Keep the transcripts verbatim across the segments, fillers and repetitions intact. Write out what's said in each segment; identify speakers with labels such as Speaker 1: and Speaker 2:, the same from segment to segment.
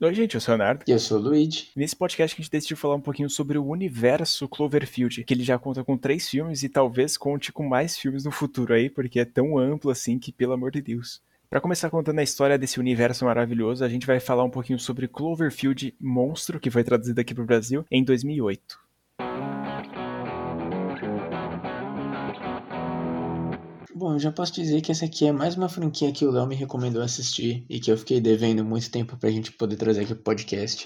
Speaker 1: Oi, gente, eu sou o Leonardo.
Speaker 2: E eu sou o Luigi.
Speaker 1: Nesse podcast a gente decidiu falar um pouquinho sobre o universo Cloverfield, que ele já conta com três filmes e talvez conte com mais filmes no futuro aí, porque é tão amplo assim que, pelo amor de Deus. Pra começar contando a história desse universo maravilhoso, a gente vai falar um pouquinho sobre Cloverfield Monstro, que foi traduzido aqui pro Brasil em dois mil e oito.
Speaker 2: Bom, eu já posso dizer que essa aqui é mais uma franquia que o Léo me recomendou assistir e que eu fiquei devendo muito tempo pra gente poder trazer aqui pro podcast.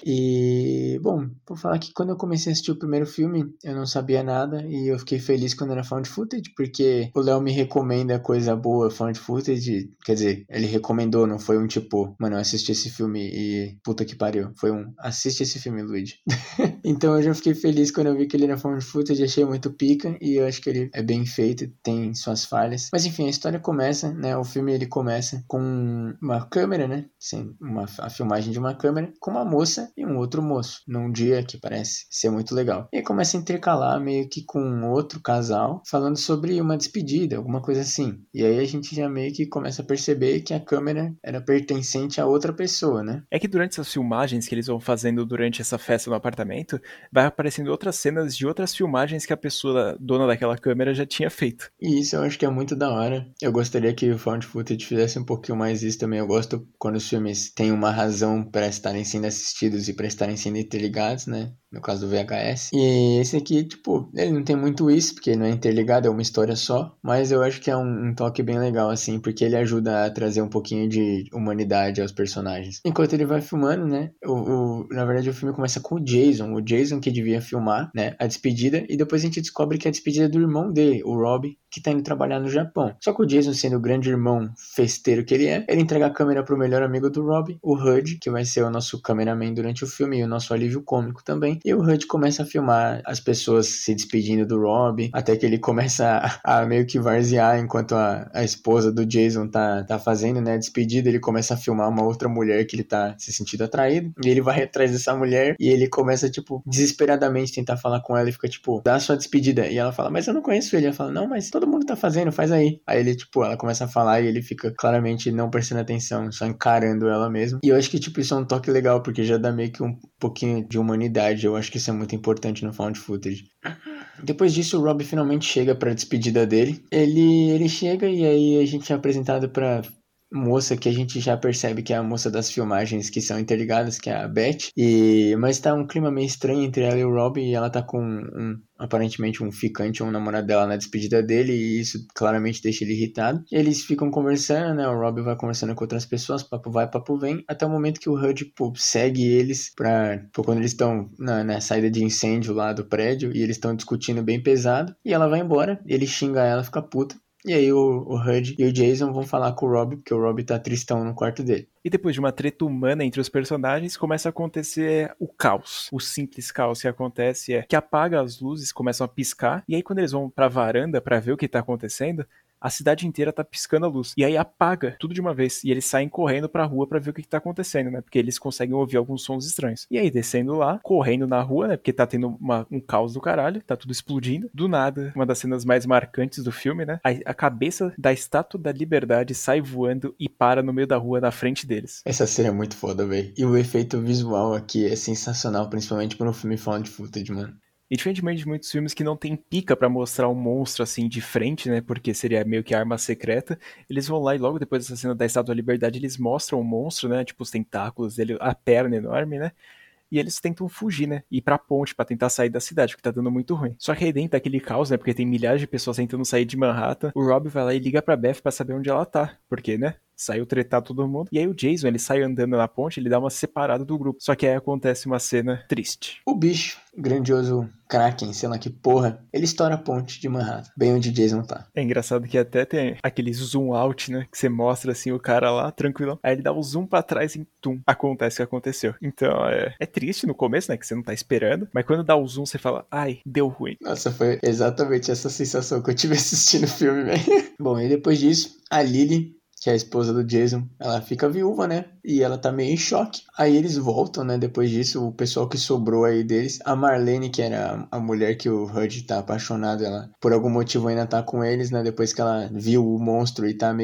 Speaker 2: E, bom, vou falar que quando eu comecei a assistir o primeiro filme, eu não sabia nada e eu fiquei feliz quando era found footage, porque o Léo me recomenda coisa boa, found footage, quer dizer, ele recomendou, não foi um tipo, mano, eu assisti esse filme e puta que pariu. Foi um, assiste esse filme, Luigi. Então eu já fiquei feliz quando eu vi que ele era found footage, achei muito pica e eu acho que ele é bem feito, tem suas falhas. Mas enfim, a história começa, né? O filme ele começa com uma câmera, né? Sim, uma, a filmagem de uma câmera com uma moça e um outro moço, num dia que parece ser muito legal. E aí começa a intercalar meio que com outro casal, falando sobre uma despedida, alguma coisa assim. E aí a gente já meio que começa a perceber que a câmera era pertencente a outra pessoa, né?
Speaker 1: É que durante essas filmagens que eles vão fazendo durante essa festa no apartamento, vai aparecendo outras cenas de outras filmagens que a pessoa dona daquela câmera já tinha feito.
Speaker 2: E isso eu acho que é muito da hora. Eu gostaria que o Found Footage fizesse um pouquinho mais isso também. Eu gosto quando os filmes têm uma razão para estarem sendo assistidos e para estarem sendo interligados, né? No caso do V H S. E esse aqui, tipo, ele não tem muito isso, porque não é interligado, é uma história só. Mas eu acho que é um, um toque bem legal, assim, porque ele ajuda a trazer um pouquinho de humanidade aos personagens. Enquanto ele vai filmando, né? O, o, na verdade, o filme começa com o Jason. O Jason que devia filmar, né? A despedida. E depois a gente descobre que é a despedida é do irmão dele, o Rob, que tá indo trabalhar no Japão. Só que o Jason, sendo o grande irmão festeiro que ele é, ele entrega a câmera pro melhor amigo do Rob, o Hud, que vai ser o nosso cameraman durante o filme e o nosso alívio cômico também. E o Hud começa a filmar as pessoas se despedindo do Rob, até que ele começa a, a meio que varzear enquanto a, a esposa do Jason tá, tá fazendo, né, a despedida. Ele começa a filmar uma outra mulher que ele tá se sentindo atraído, e ele vai atrás dessa mulher e ele começa, tipo, desesperadamente tentar falar com ela e fica, tipo, dá a sua despedida. E ela fala, mas eu não conheço ele. Ela fala, não, mas todo mundo tá fazendo, faz aí. Aí ele, tipo, ela começa a falar e ele fica claramente não prestando atenção, só encarando ela mesmo. E eu acho que, tipo, isso é um toque legal, porque já dá meio que um pouquinho de humanidade. Eu acho que isso é muito importante no found footage. Depois disso, o Rob finalmente chega pra despedida dele. Ele, ele chega e aí a gente é apresentado pra moça que a gente já percebe que é a moça das filmagens que são interligadas, que é a Beth. E, mas tá um clima meio estranho entre ela e o Rob, e ela tá com um, aparentemente um ficante ou um namorado dela na despedida dele, e isso claramente deixa ele irritado. Eles ficam conversando, né? O Rob vai conversando com outras pessoas, papo vai, papo vem, até o momento que o Hud, pô, segue eles pra, pô, quando eles estão na, na saída de incêndio lá do prédio, e eles estão discutindo bem pesado, e ela vai embora, ele xinga ela, fica puta. E aí o, o Hud e o Jason vão falar com o Rob, porque o Rob tá tristão no quarto dele.
Speaker 1: E depois de uma treta humana entre os personagens, começa a acontecer o caos. O simples caos que acontece é que apaga as luzes, começam a piscar, e aí quando eles vão pra varanda pra ver o que tá acontecendo, a cidade inteira tá piscando a luz. E aí apaga tudo de uma vez. E eles saem correndo pra rua pra ver o que, que tá acontecendo, né? Porque eles conseguem ouvir alguns sons estranhos. E aí, descendo lá, correndo na rua, né? Porque tá tendo uma, um caos do caralho, tá tudo explodindo. Do nada, uma das cenas mais marcantes do filme, né? A, a cabeça da Estátua da Liberdade sai voando e para no meio da rua na frente deles.
Speaker 2: Essa cena é muito foda, velho. E o efeito visual aqui é sensacional, principalmente para um filme found footage, mano.
Speaker 1: E diferentemente de muitos filmes que não tem pica pra mostrar um monstro assim de frente, né? Porque seria meio que arma secreta. Eles vão lá e logo depois dessa cena da Estátua da Liberdade, eles mostram o monstro, né? Tipo os tentáculos dele, a perna enorme, né? E eles tentam fugir, né? Ir pra ponte pra tentar sair da cidade, porque tá dando muito ruim. Só que aí dentro daquele caos, né? Porque tem milhares de pessoas tentando sair de Manhattan, o Rob vai lá e liga pra Beth pra saber onde ela tá. Porque, né? Saiu tretar todo mundo. E aí o Jason, ele sai andando na ponte, ele dá uma separada do grupo. Só que aí acontece uma cena triste.
Speaker 2: O bicho, grandioso Kraken, sei lá que porra, ele estoura a ponte de Manhattan, bem onde Jason tá.
Speaker 1: É engraçado que até tem aquele zoom out, né? Que você mostra assim o cara lá, tranquilão. Aí ele dá o zoom pra trás e tum, acontece o que aconteceu. Então é, é triste no começo, né? Que você não tá esperando. Mas quando dá o zoom, você fala, ai, deu ruim.
Speaker 2: Nossa, foi exatamente essa sensação que eu tive assistindo o filme, velho. Bom, e depois disso, a Lily, que é a esposa do Jason, ela fica viúva, né? E ela tá meio em choque. Aí eles voltam, né? Depois disso, o pessoal que sobrou aí deles, a Marlene, que era a mulher que o Hud tá apaixonado, ela por algum motivo ainda tá com eles, né? Depois que ela viu o monstro e tá meio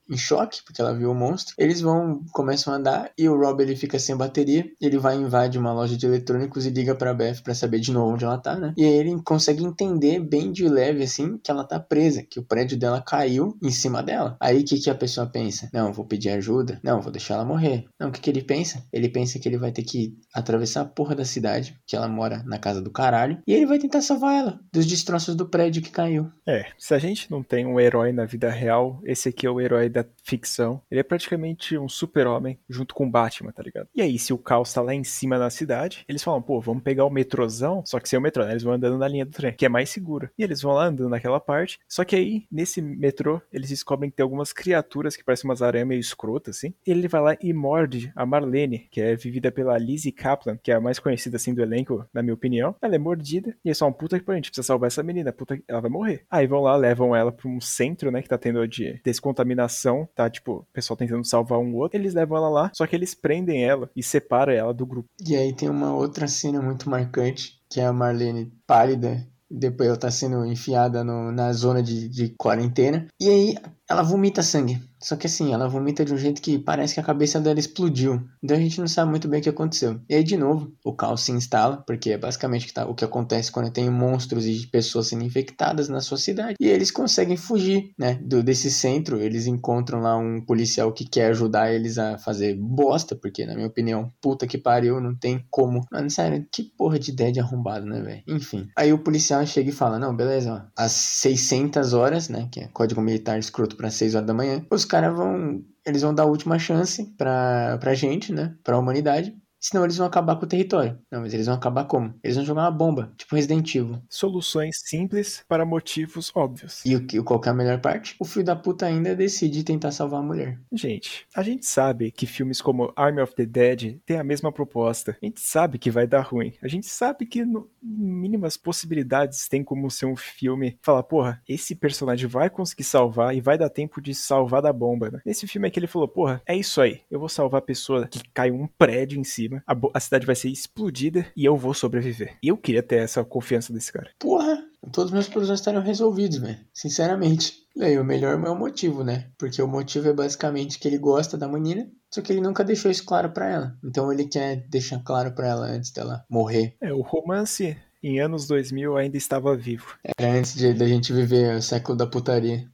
Speaker 2: em choque, porque ela viu o monstro. Eles vão, começam a andar e o Rob ele fica sem bateria. Ele vai invadir uma loja de eletrônicos e liga pra Beth pra saber de novo onde ela tá, né? E aí ele consegue entender bem de leve, assim, que ela tá presa, que o prédio dela caiu em cima dela. Aí o que, que a pessoa pensa? Não, vou pedir ajuda. Não, vou deixar ela morrer. Não, o que, que ele pensa? Ele pensa que ele vai ter que atravessar a porra da cidade, que ela mora na casa do caralho, e ele vai tentar salvar ela dos destroços do prédio que caiu.
Speaker 1: É, se a gente não tem um herói na vida real, esse aqui é o herói da ficção. Ele é praticamente um super-homem junto com o Batman, tá ligado? E aí, se o caos tá lá em cima na cidade, eles falam, pô, vamos pegar o metrôzão, só que sem o metrô, né? Eles vão andando na linha do trem, que é mais segura. E eles vão lá andando naquela parte, só que aí, nesse metrô, eles descobrem que tem algumas criaturas que parecem umas aranhas meio escrotas, assim. E ele vai lá e morde a Marlene, que é vivida pela Lizzie Kaplan, que é a mais conhecida, assim, do elenco, na minha opinião. Ela é mordida, e é só um puta que pariu, a gente precisa salvar essa menina, puta, ela vai morrer. Aí vão lá, levam ela pra um centro, né, que tá tendo de descontaminação, tá, tipo, o pessoal tentando salvar um outro. Eles levam ela lá, só que eles prendem ela e separam ela do grupo.
Speaker 2: E aí tem uma outra cena muito marcante, que é a Marlene pálida, depois ela tá sendo enfiada no, na zona de, de quarentena, e aí ela vomita sangue. Só que assim, ela vomita de um jeito que parece que a cabeça dela explodiu. Então a gente não sabe muito bem o que aconteceu. E aí, de novo, o caos se instala, porque é basicamente o que acontece quando tem monstros e pessoas sendo infectadas na sua cidade. E eles conseguem fugir, né, do, desse centro. Eles encontram lá um policial que quer ajudar eles a fazer bosta, porque, na minha opinião, puta que pariu, não tem como. Mano, sério, que porra de ideia de arrombado, né, velho? Enfim. Aí o policial chega e fala, não, beleza, ó, às seiscentas horas, né, que é código militar escroto para seis horas da manhã, os caras vão, eles vão dar a última chance pra, pra gente, né, pra humanidade, senão eles vão acabar com o território. Não, mas eles vão acabar como? Eles vão jogar uma bomba, tipo Resident Evil.
Speaker 1: Soluções simples para motivos óbvios.
Speaker 2: E o que, qual que é a melhor parte? O filho da puta ainda decide tentar salvar a mulher.
Speaker 1: Gente, a gente sabe que filmes como Army of the Dead têm a mesma proposta. A gente sabe que vai dar ruim. A gente sabe que no mínimas possibilidades tem como ser um filme falar, porra, esse personagem vai conseguir salvar e vai dar tempo de salvar da bomba, né? Nesse filme é que ele falou, porra, é isso aí. Eu vou salvar a pessoa que cai um prédio em cima, a, a cidade vai ser explodida e eu vou sobreviver. E eu queria ter essa confiança desse cara.
Speaker 2: Porra, todos os meus problemas estariam resolvidos, velho. Sinceramente. E aí, o melhor é o motivo, né? Porque o motivo é basicamente que ele gosta da menina, só que ele nunca deixou isso claro pra ela. Então ele quer deixar claro pra ela antes dela morrer.
Speaker 1: É, o romance em anos dois mil ainda estava vivo.
Speaker 2: Era antes de, da gente viver o século da putaria.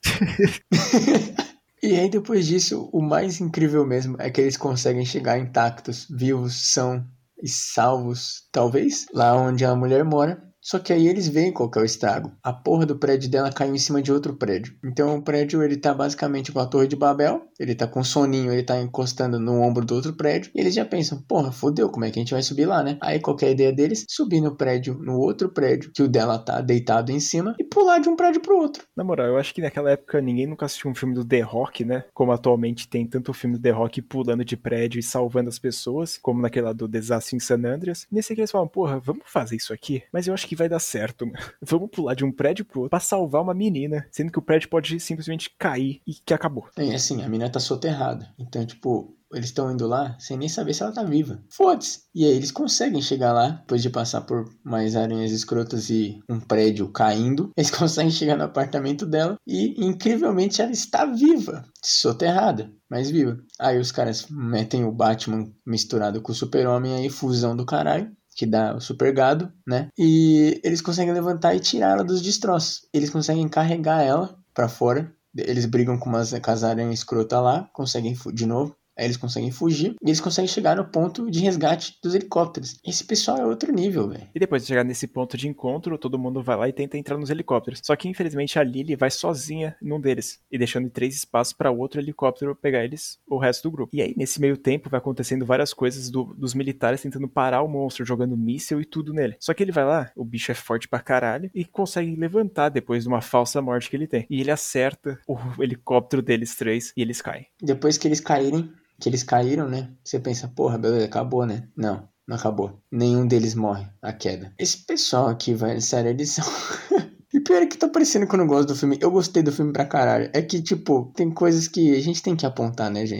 Speaker 2: E aí, depois disso, o mais incrível mesmo é que eles conseguem chegar intactos, vivos, são e salvos, talvez, lá onde a mulher mora. Só que aí eles veem qual que é o estrago. A porra do prédio dela caiu em cima de outro prédio. Então o prédio, ele tá basicamente com a Torre de Babel. Ele tá com soninho, ele tá encostando no ombro do outro prédio. E eles já pensam, porra, fodeu, como é que a gente vai subir lá, né? Aí qual que é a ideia deles? Subir no prédio, no outro prédio, que o dela tá deitado em cima, e pular de um prédio pro outro.
Speaker 1: Na moral, eu acho que naquela época ninguém nunca assistiu um filme do The Rock, né? Como atualmente tem tanto o filme do The Rock pulando de prédio e salvando as pessoas, como naquele lá do Desastre em San Andreas. Nesse aqui eles falam, porra, vamos fazer isso aqui? Mas eu acho que vai dar certo, mano. Vamos pular de um prédio pro outro pra salvar uma menina, sendo que o prédio pode simplesmente cair e que acabou.
Speaker 2: E assim, a menina tá soterrada. Então, tipo, eles estão indo lá sem nem saber se ela tá viva. Foda-se. E aí eles conseguem chegar lá, depois de passar por mais aranhas escrotas e um prédio caindo. Eles conseguem chegar no apartamento dela e, incrivelmente, ela está viva. Soterrada, mas viva. Aí os caras metem o Batman misturado com o Super-Homem aí, fusão do caralho, que dá o super gado, né? E eles conseguem levantar e tirar ela dos destroços. Eles conseguem carregar ela pra fora. Eles brigam com umas com as aranhas escrotas lá, conseguem de novo. Aí eles conseguem fugir e eles conseguem chegar no ponto de resgate dos helicópteros. Esse pessoal é outro nível, velho.
Speaker 1: E depois de chegar nesse ponto de encontro, todo mundo vai lá e tenta entrar nos helicópteros. Só que infelizmente a Lily vai sozinha num deles, e deixando três espaços para outro helicóptero pegar eles, o resto do grupo. E aí nesse meio tempo vai acontecendo várias coisas do, dos militares tentando parar o monstro, jogando míssil e tudo nele. Só que ele vai lá, o bicho é forte pra caralho, e consegue levantar depois de uma falsa morte que ele tem. E ele acerta o helicóptero deles três e eles caem.
Speaker 2: Depois que eles caírem, que eles caíram, né? Você pensa, porra, beleza, acabou, né? Não, não acabou. Nenhum deles morre a queda. Esse pessoal aqui, velho, sério, eles são... E pior é que tá parecendo que eu não gosto do filme. Eu gostei do filme pra caralho. É que, tipo, tem coisas que a gente tem que apontar, né, gente?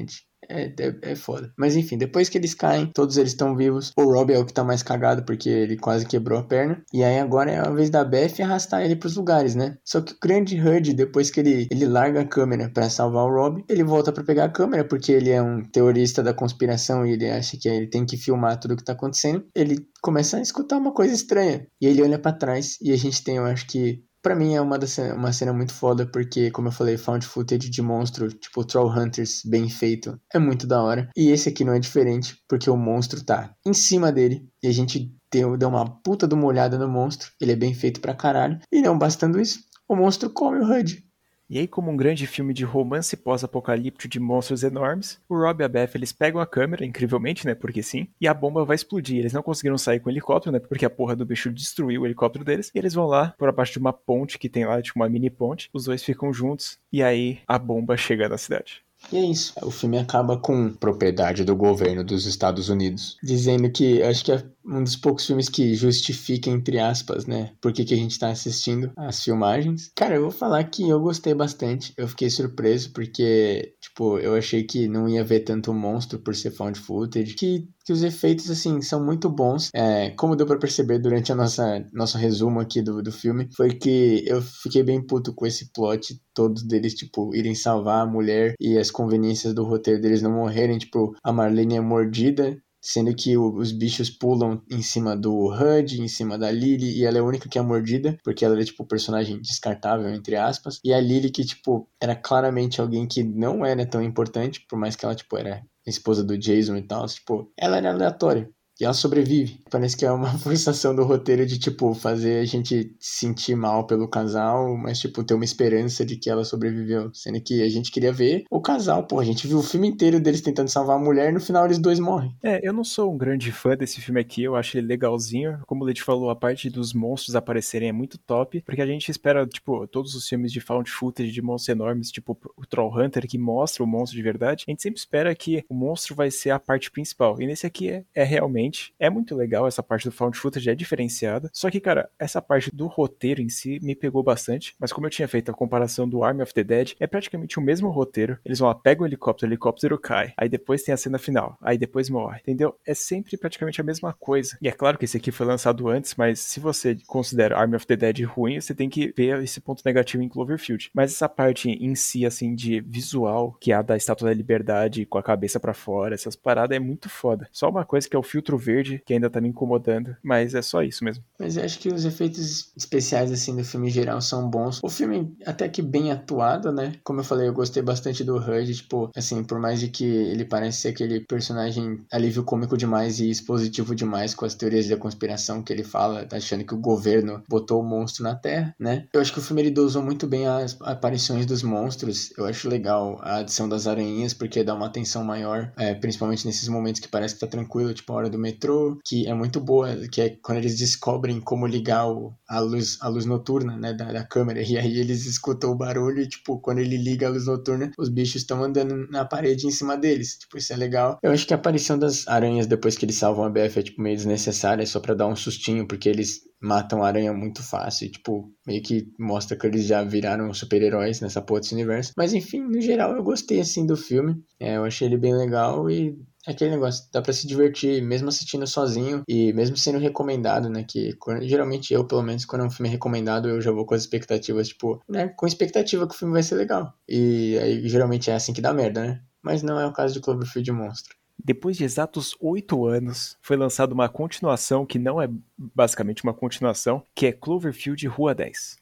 Speaker 2: é, é, é foda. Mas enfim, depois que eles caem, todos eles estão vivos. O Rob é o que tá mais cagado, porque ele quase quebrou a perna. E aí agora é a vez da Beth arrastar ele pros lugares, né? Só que o grande Hud, depois que ele, ele larga a câmera pra salvar o Rob, ele volta pra pegar a câmera, porque ele é um teorista da conspiração e ele acha que ele tem que filmar tudo o que tá acontecendo. Ele começa a escutar uma coisa estranha. E ele olha pra trás e a gente tem, eu acho que pra mim é uma, das, uma cena muito foda, porque, como eu falei, found footage de monstro, tipo Troll Hunters, bem feito, é muito da hora. E esse aqui não é diferente, porque o monstro tá em cima dele, e a gente deu, deu uma puta de uma olhada no monstro, ele é bem feito pra caralho. E não bastando isso, o monstro come o Hud.
Speaker 1: E aí, como um grande filme de romance pós-apocalíptico de monstros enormes, o Rob e a Beth, eles pegam a câmera, incrivelmente, né, porque sim, e a bomba vai explodir. Eles não conseguiram sair com o helicóptero, né, porque a porra do bicho destruiu o helicóptero deles, e eles vão lá, por abaixo de uma ponte que tem lá, tipo uma mini ponte, os dois ficam juntos, e aí a bomba chega na cidade.
Speaker 2: E é isso. O filme acaba com propriedade do governo dos Estados Unidos, dizendo que acho que é um dos poucos filmes que justifica, entre aspas, né, por que que a gente tá assistindo as filmagens. Cara, eu vou falar que eu gostei bastante. Eu fiquei surpreso porque, tipo, eu achei que não ia ver tanto monstro por ser found footage, que que os efeitos, assim, são muito bons. É, como deu pra perceber durante a nossa nosso resumo aqui do, do filme, foi que eu fiquei bem puto com esse plot, todos deles, tipo, irem salvar a mulher e as conveniências do roteiro deles não morrerem, tipo, a Marlene é mordida, sendo que o, os bichos pulam em cima do Hud, em cima da Lily, e ela é a única que é mordida, porque ela é, tipo, personagem descartável, entre aspas, e a Lily que, tipo, era claramente alguém que não era tão importante, por mais que ela, tipo, era esposa do Jason e tal, tipo, ela era aleatória. E ela sobrevive. Parece que é uma forçação do roteiro de, tipo, fazer a gente sentir mal pelo casal, mas, tipo, ter uma esperança de que ela sobreviveu. Sendo que a gente queria ver o casal, pô. A gente viu o filme inteiro deles tentando salvar a mulher e no final eles dois morrem.
Speaker 1: É, eu não sou um grande fã desse filme aqui, eu acho ele legalzinho. Como o Leite falou, a parte dos monstros aparecerem é muito top, porque a gente espera, tipo, todos os filmes de found footage de monstros enormes, tipo o Troll Hunter, que mostra o monstro de verdade, a gente sempre espera que o monstro vai ser a parte principal. E nesse aqui é, é realmente, é muito legal, essa parte do found footage é diferenciada. Só que, cara, essa parte do roteiro em si me pegou bastante, mas como eu tinha feito a comparação do Army of the Dead, é praticamente o mesmo roteiro. Eles vão lá, pegam o helicóptero, o helicóptero cai, aí depois tem a cena final, aí depois morre, entendeu? É sempre praticamente a mesma coisa. E é claro que esse aqui foi lançado antes, mas se você considera Army of the Dead ruim, você tem que ver esse ponto negativo em Cloverfield. Mas essa parte em si, assim, de visual, que é a da Estátua da Liberdade com a cabeça pra fora, essas paradas é muito foda. Só uma coisa que é o filtro verde, que ainda tá me incomodando, mas é só isso mesmo.
Speaker 2: Mas eu acho que os efeitos especiais, assim, do filme em geral são bons. O filme até que bem atuado, né? Como eu falei, eu gostei bastante do Hud, tipo, assim, por mais de que ele parece ser aquele personagem alívio cômico demais e expositivo demais com as teorias da conspiração que ele fala, tá achando que o governo botou o monstro na Terra, né? Eu acho que o filme ele dosou muito bem as aparições dos monstros. Eu acho legal a adição das aranhinhas, porque dá uma atenção maior, é, principalmente nesses momentos que parece que tá tranquilo, tipo a hora do metrô, que é muito boa, que é quando eles descobrem como ligar o, a, luz, a luz noturna, né, da, da câmera, e aí eles escutam o barulho e, tipo, quando ele liga a luz noturna, os bichos estão andando na parede em cima deles, tipo, isso é legal. Eu acho que a aparição das aranhas depois que eles salvam a B F é, tipo, meio desnecessária, é só pra dar um sustinho, porque eles matam a aranha muito fácil, e, tipo, meio que mostra que eles já viraram super-heróis nessa porra desse universo. Mas, enfim, no geral, eu gostei, assim, do filme, é, eu achei ele bem legal e é aquele negócio, dá pra se divertir mesmo assistindo sozinho e mesmo sendo recomendado, né, que quando, geralmente eu, pelo menos, quando é um filme recomendado, eu já vou com as expectativas, tipo, né, com expectativa que o filme vai ser legal. E aí, geralmente é assim que dá merda, né? Mas não é o caso de Cloverfield Monstro.
Speaker 1: Depois de exatos oito anos, foi lançada uma continuação que não é basicamente uma continuação, que é Cloverfield Rua dez.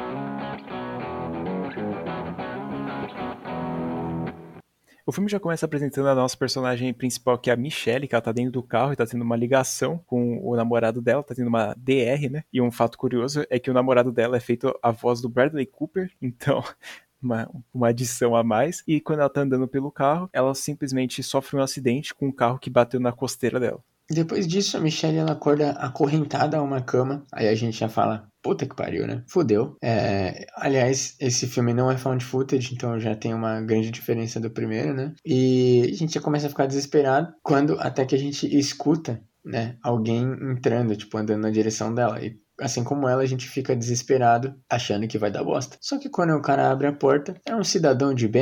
Speaker 1: O filme já começa apresentando a nossa personagem principal, que é a Michelle, que ela tá dentro do carro e tá tendo uma ligação com o namorado dela, tá tendo uma D R, né? E um fato curioso é que o namorado dela é feito a voz do Bradley Cooper, então uma, uma adição a mais. E quando ela tá andando pelo carro, ela simplesmente sofre um acidente com um carro que bateu na costeira dela.
Speaker 2: Depois disso, a Michelle ela acorda acorrentada a uma cama. Aí a gente já fala, puta que pariu, né? Fudeu. É, aliás, esse filme não é found footage, então já tem uma grande diferença do primeiro, né? E a gente já começa a ficar desesperado quando até que a gente escuta, né, alguém entrando, tipo, andando na direção dela. E assim como ela, a gente fica desesperado, achando que vai dar bosta. Só que quando o cara abre a porta, é um cidadão de bem.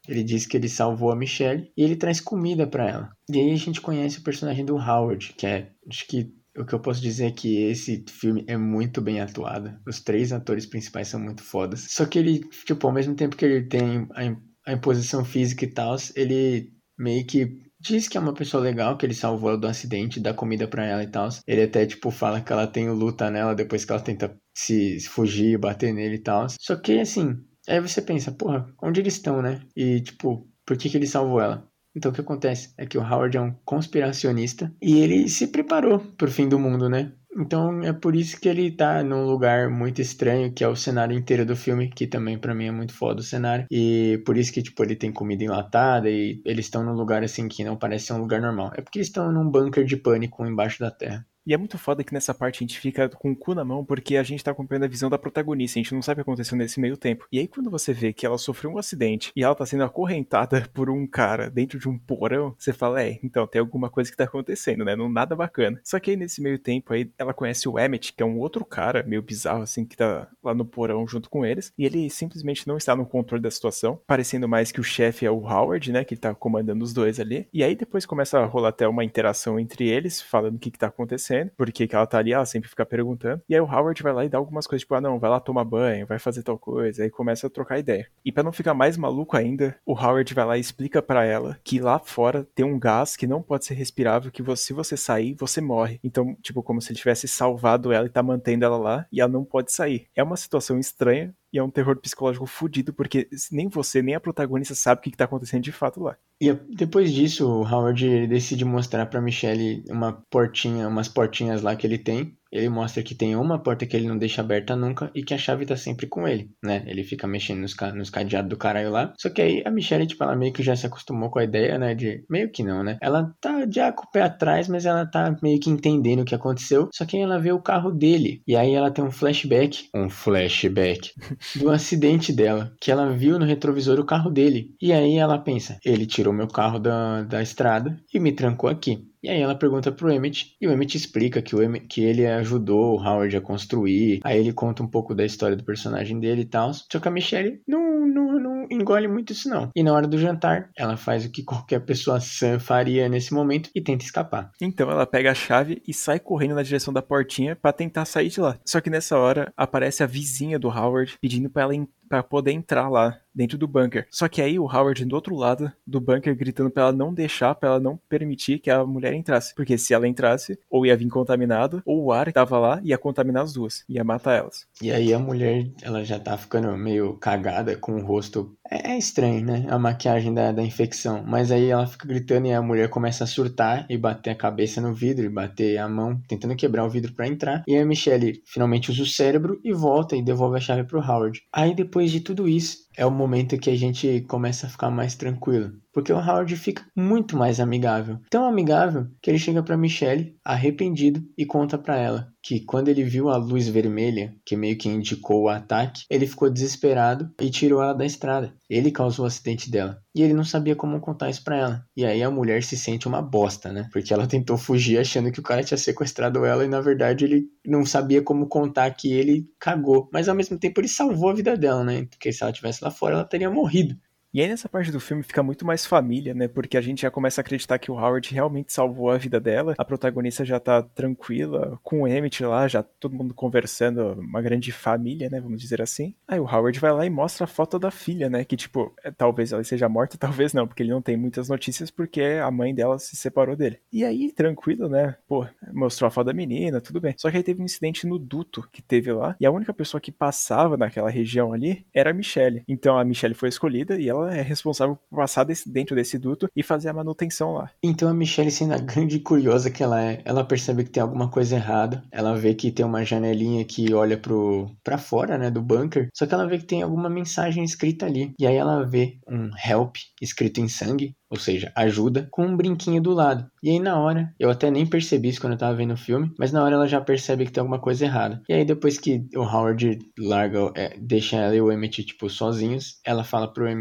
Speaker 2: Ele diz que ele salvou a Michelle e ele traz comida pra ela. E aí a gente conhece o personagem do Howard, que é, acho que o que eu posso dizer é que esse filme é muito bem atuado. Os três atores principais são muito fodas. Só que ele, tipo, ao mesmo tempo que ele tem a, a imposição física e tal, ele meio que diz que é uma pessoa legal, que ele salvou ela do acidente, dá comida pra ela e tal. Ele até, tipo, fala que ela tem luta nela depois que ela tenta se, se fugir, bater nele e tal. Só que, assim, aí você pensa, porra, onde eles estão, né? E, tipo, por que que ele salvou ela? Então o que acontece é que o Howard é um conspiracionista e ele se preparou pro fim do mundo, né? Então é por isso que ele tá num lugar muito estranho, que é o cenário inteiro do filme, que também pra mim é muito foda o cenário. E por isso que, tipo, ele tem comida enlatada e eles estão num lugar assim que não parece ser um lugar normal. É porque eles estão num bunker de pânico embaixo da terra.
Speaker 1: E é muito foda que nessa parte a gente fica com o cu na mão porque a gente tá acompanhando a visão da protagonista, a gente não sabe o que aconteceu nesse meio tempo. E aí quando você vê que ela sofreu um acidente e ela tá sendo acorrentada por um cara dentro de um porão, você fala, é, então tem alguma coisa que tá acontecendo, né? Não nada bacana. Só que aí nesse meio tempo aí ela conhece o Emmett, que é um outro cara meio bizarro assim, que tá lá no porão junto com eles, e ele simplesmente não está no controle da situação, parecendo mais que o chefe é o Howard, né? Que tá comandando os dois ali. E aí depois começa a rolar até uma interação entre eles, falando o que que tá acontecendo. Por que que ela tá ali, ela sempre fica perguntando. E aí o Howard vai lá e dá algumas coisas, tipo, ah não, vai lá tomar banho, vai fazer tal coisa, aí começa a trocar ideia. E pra não ficar mais maluco ainda, o Howard vai lá e explica pra ela que lá fora tem um gás que não pode ser respirável, que você, se você sair, você morre. Então, tipo, como se ele tivesse salvado ela e tá mantendo ela lá, e ela não pode sair. É uma situação estranha, e é um terror psicológico fudido, porque nem você, nem a protagonista sabe o que, que tá acontecendo de fato lá.
Speaker 2: E depois disso, o Howard decide mostrar pra Michelle uma portinha, umas portinhas lá que ele tem. Ele mostra que tem uma porta que ele não deixa aberta nunca e que a chave tá sempre com ele, né? Ele fica mexendo nos, ca- nos cadeados do caralho lá. Só que aí a Michelle, tipo, ela meio que já se acostumou com a ideia, né? De. Meio que não, né? Ela tá já com o pé atrás, mas ela tá meio que entendendo o que aconteceu. Só que aí ela vê o carro dele. E aí ela tem um flashback. Um flashback. Do acidente dela. Que ela viu no retrovisor o carro dele. E aí ela pensa: ele tirou meu carro da, da estrada e me trancou aqui. E aí ela pergunta pro Emmett, e o Emmett explica que, o Emmett, que ele ajudou o Howard a construir, aí ele conta um pouco da história do personagem dele e tal, só que a Michelle não, não, não engole muito isso não. E na hora do jantar, ela faz o que qualquer pessoa sã faria nesse momento e tenta escapar.
Speaker 1: Então ela pega a chave e sai correndo na direção da portinha pra tentar sair de lá. Só que nessa hora aparece a vizinha do Howard pedindo pra ela para poder entrar lá dentro do bunker. Só que aí o Howard do outro lado do bunker gritando pra ela não deixar, pra ela não permitir que a mulher entrasse. Porque se ela entrasse, ou ia vir contaminado, ou o ar que tava lá ia contaminar as duas, ia matar elas.
Speaker 2: E aí a mulher, ela já tá ficando meio cagada com o rosto. É, é estranho, né? A maquiagem da, da infecção. Mas aí ela fica gritando e a mulher começa a surtar e bater a cabeça no vidro e bater a mão, tentando quebrar o vidro pra entrar. E aí a Michelle finalmente usa o cérebro e volta e devolve a chave pro Howard. Aí depois de tudo isso, é o momento que a gente começa a ficar mais tranquilo. Porque o Howard fica muito mais amigável. Tão amigável que ele chega pra Michelle, arrependido, e conta pra ela que quando ele viu a luz vermelha, que meio que indicou o ataque, ele ficou desesperado e tirou ela da estrada. Ele causou o acidente dela. E ele não sabia como contar isso pra ela. E aí a mulher se sente uma bosta, né? Porque ela tentou fugir achando que o cara tinha sequestrado ela e na verdade ele não sabia como contar que ele cagou. Mas ao mesmo tempo ele salvou a vida dela, né? Porque se ela estivesse lá fora, ela teria morrido.
Speaker 1: E aí nessa parte do filme fica muito mais família, né? Porque a gente já começa a acreditar que o Howard realmente salvou a vida dela. A protagonista já tá tranquila, com o Emmett lá, já todo mundo conversando, uma grande família, né? Vamos dizer assim. Aí o Howard vai lá e mostra a foto da filha, né? Que tipo, é, talvez ela seja morta, talvez não, porque ele não tem muitas notícias porque a mãe dela se separou dele. E aí, tranquilo, né? Pô, mostrou a foto da menina, tudo bem. Só que aí teve um incidente no duto que teve lá, e a única pessoa que passava naquela região ali era a Michelle. Então a Michelle foi escolhida e ela é responsável por passar desse, dentro desse duto e fazer a manutenção lá.
Speaker 2: Então a Michelle, sendo a grande curiosa que ela é, ela percebe que tem alguma coisa errada. Ela vê que tem uma janelinha que olha pro, pra fora, né, do bunker. Só que ela vê que tem alguma mensagem escrita ali. E aí ela vê um help escrito em sangue, ou seja, ajuda, com um brinquinho do lado. E aí na hora, eu até nem percebi isso quando eu tava vendo o filme, mas na hora ela já percebe que tem alguma coisa errada. E aí depois que o Howard larga, é, deixa ela e o Emmett, tipo, sozinhos, ela fala pro Emmett,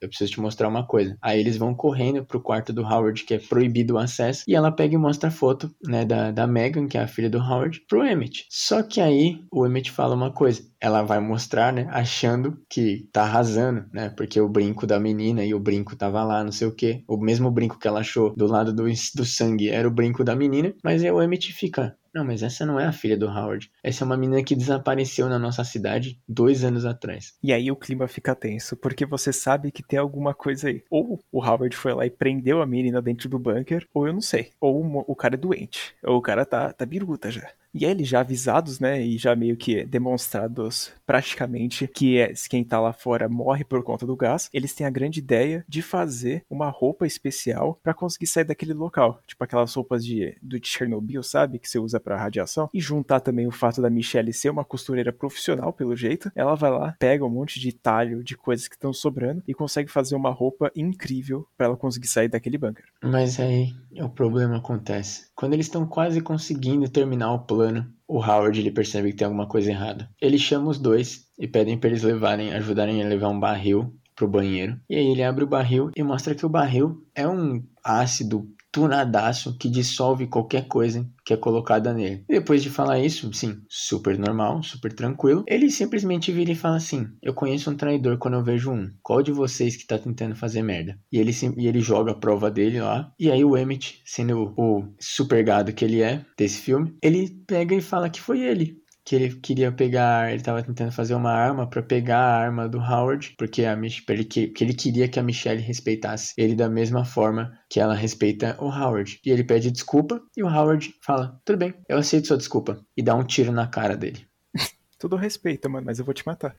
Speaker 2: eu preciso te mostrar uma coisa. Aí eles vão correndo pro quarto do Howard, que é proibido o acesso, e ela pega e mostra a foto, né, da, da Megan, que é a filha do Howard, pro Emmett. Só que aí o Emmett fala uma coisa, ela vai mostrar, né, achando que tá arrasando, né, porque o brinco da menina e o brinco tava lá, não sei o quê. O mesmo brinco que ela achou do lado do, do sangue era o brinco da menina, mas aí o Emmett fica... Não, mas essa não é a filha do Howard. Essa é uma menina que desapareceu na nossa cidade dois anos atrás.
Speaker 1: E aí o clima fica tenso, porque você sabe que tem alguma coisa aí. Ou o Howard foi lá e prendeu a menina dentro do bunker, ou eu não sei. Ou o, o cara é doente, ou o cara tá, tá biruta já. E aí eles já avisados, né, e já meio que demonstrados praticamente que é, quem tá lá fora morre por conta do gás, eles têm a grande ideia de fazer uma roupa especial pra conseguir sair daquele local. Tipo aquelas roupas de, do Chernobyl, sabe, que você usa pra radiação. E juntar também o fato da Michelle ser uma costureira profissional, pelo jeito, ela vai lá, pega um monte de talho de coisas que estão sobrando e consegue fazer uma roupa incrível pra ela conseguir sair daquele bunker.
Speaker 2: Mas aí o problema acontece. Quando eles estão quase conseguindo terminar o plano, o Howard ele percebe que tem alguma coisa errada. Ele chama os dois e pedem para eles levarem, ajudarem a levar um barril pro banheiro. E aí ele abre o barril e mostra que o barril é um ácido tunadaço que dissolve qualquer coisa que é colocada nele. E depois de falar isso, sim, super normal, super tranquilo, ele simplesmente vira e fala assim, eu conheço um traidor quando eu vejo um. Qual de vocês que tá tentando fazer merda? E ele, e ele joga a prova dele lá, e aí o Emmett, sendo o super gado que ele é desse filme, ele pega e fala que foi ele. Que ele queria pegar, ele tava tentando fazer uma arma pra pegar a arma do Howard, porque a Mich- ele, que, que ele queria que a Michelle respeitasse ele da mesma forma que ela respeita o Howard. E ele pede desculpa e o Howard fala, tudo bem, eu aceito sua desculpa. E dá um tiro na cara dele.
Speaker 1: Tudo respeito, mano, mas eu vou te matar.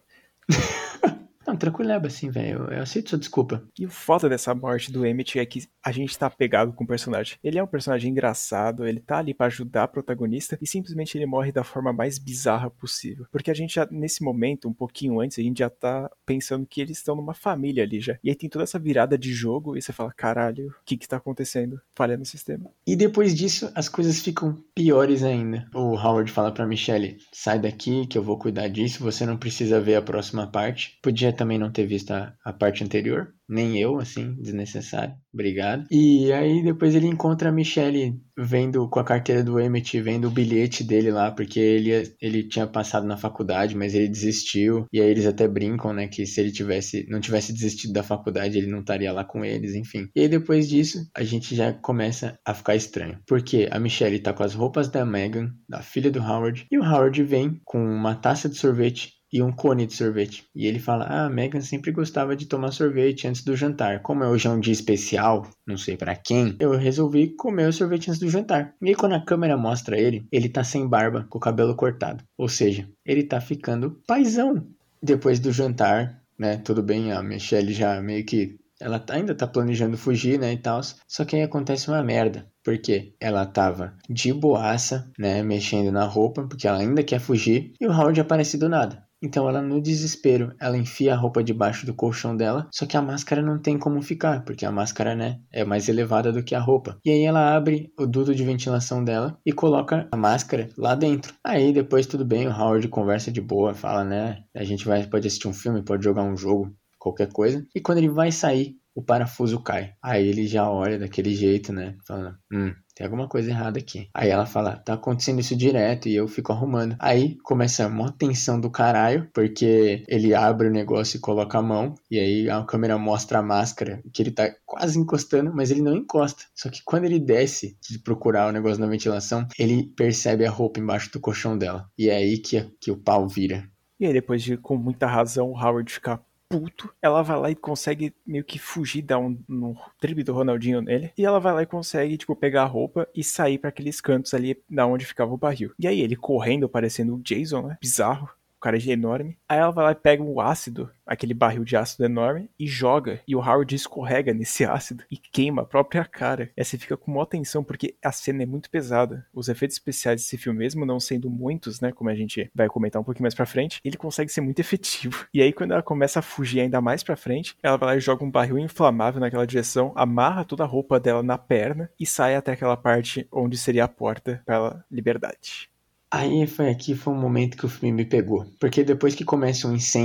Speaker 2: Não, tranquileba assim, velho, eu, eu aceito sua desculpa.
Speaker 1: E o foda dessa morte do Emmett é que a gente tá apegado com o personagem. Ele é um personagem engraçado, ele tá ali pra ajudar a protagonista e simplesmente ele morre da forma mais bizarra possível. Porque a gente já, nesse momento, um pouquinho antes, a gente já tá pensando que eles estão numa família ali já. E aí tem toda essa virada de jogo e você fala, caralho, o que que tá acontecendo? Falha no sistema.
Speaker 2: E depois disso, as coisas ficam piores ainda. O Howard fala pra Michelle, sai daqui que eu vou cuidar disso, você não precisa ver a próxima parte. Podia também não ter visto a, a parte anterior, nem eu, assim, desnecessário. Obrigado. E aí depois ele encontra a Michelle vendo com a carteira do Emmett, vendo o bilhete dele lá, porque ele, ele tinha passado na faculdade, mas ele desistiu. E aí eles até brincam, né, que se ele tivesse, não tivesse desistido da faculdade, ele não estaria lá com eles, enfim. E aí depois disso, a gente já começa a ficar estranho. Porque a Michelle tá com as roupas da Megan, da filha do Howard, e o Howard vem com uma taça de sorvete e um cone de sorvete. E ele fala, ah, a Megan sempre gostava de tomar sorvete antes do jantar. Como é hoje é um dia especial, não sei pra quem, eu resolvi comer o sorvete antes do jantar. E aí quando a câmera mostra ele, ele tá sem barba, com o cabelo cortado. Ou seja, ele tá ficando paizão. Depois do jantar, né, tudo bem, a Michelle já meio que... Ela ainda tá planejando fugir, né, e tal. Só que aí acontece uma merda. Porque ela tava de boaça, né, mexendo na roupa, porque ela ainda quer fugir. E o Howard aparece do nada. Então ela, no desespero, ela enfia a roupa debaixo do colchão dela, só que a máscara não tem como ficar, porque a máscara, né, é mais elevada do que a roupa. E aí ela abre o duto de ventilação dela e coloca a máscara lá dentro. Aí depois tudo bem, o Howard conversa de boa, fala, né, a gente vai, pode assistir um filme, pode jogar um jogo, qualquer coisa. E quando ele vai sair, o parafuso cai. Aí ele já olha daquele jeito, né, falando, hum... tem alguma coisa errada aqui. Aí ela fala, tá acontecendo isso direto e eu fico arrumando. Aí começa uma tensão do caralho, porque ele abre o negócio e coloca a mão, e aí a câmera mostra a máscara, que ele tá quase encostando, mas ele não encosta. Só que quando ele desce de procurar o negócio na ventilação, ele percebe a roupa embaixo do colchão dela. E é aí que, que o pau vira.
Speaker 1: E aí depois de, com muita razão, o Howard ficar puto, ela vai lá e consegue meio que fugir, dar um, um drible do Ronaldinho nele, e ela vai lá e consegue, tipo, pegar a roupa e sair pra aqueles cantos ali da onde ficava o barril. E aí ele correndo, parecendo o Jason, né? Bizarro. O cara é enorme. Aí ela vai lá e pega o ácido, aquele barril de ácido enorme, e joga. E o Howard escorrega nesse ácido e queima a própria cara. E aí você fica com maior tensão, porque a cena é muito pesada. Os efeitos especiais desse filme, mesmo não sendo muitos, né, como a gente vai comentar um pouquinho mais pra frente, ele consegue ser muito efetivo. E aí quando ela começa a fugir ainda mais pra frente, ela vai lá e joga um barril inflamável naquela direção, amarra toda a roupa dela na perna e sai até aquela parte onde seria a porta pela liberdade.
Speaker 2: Aí foi aqui, foi um momento que o filme me pegou. Porque depois que começa um incêndio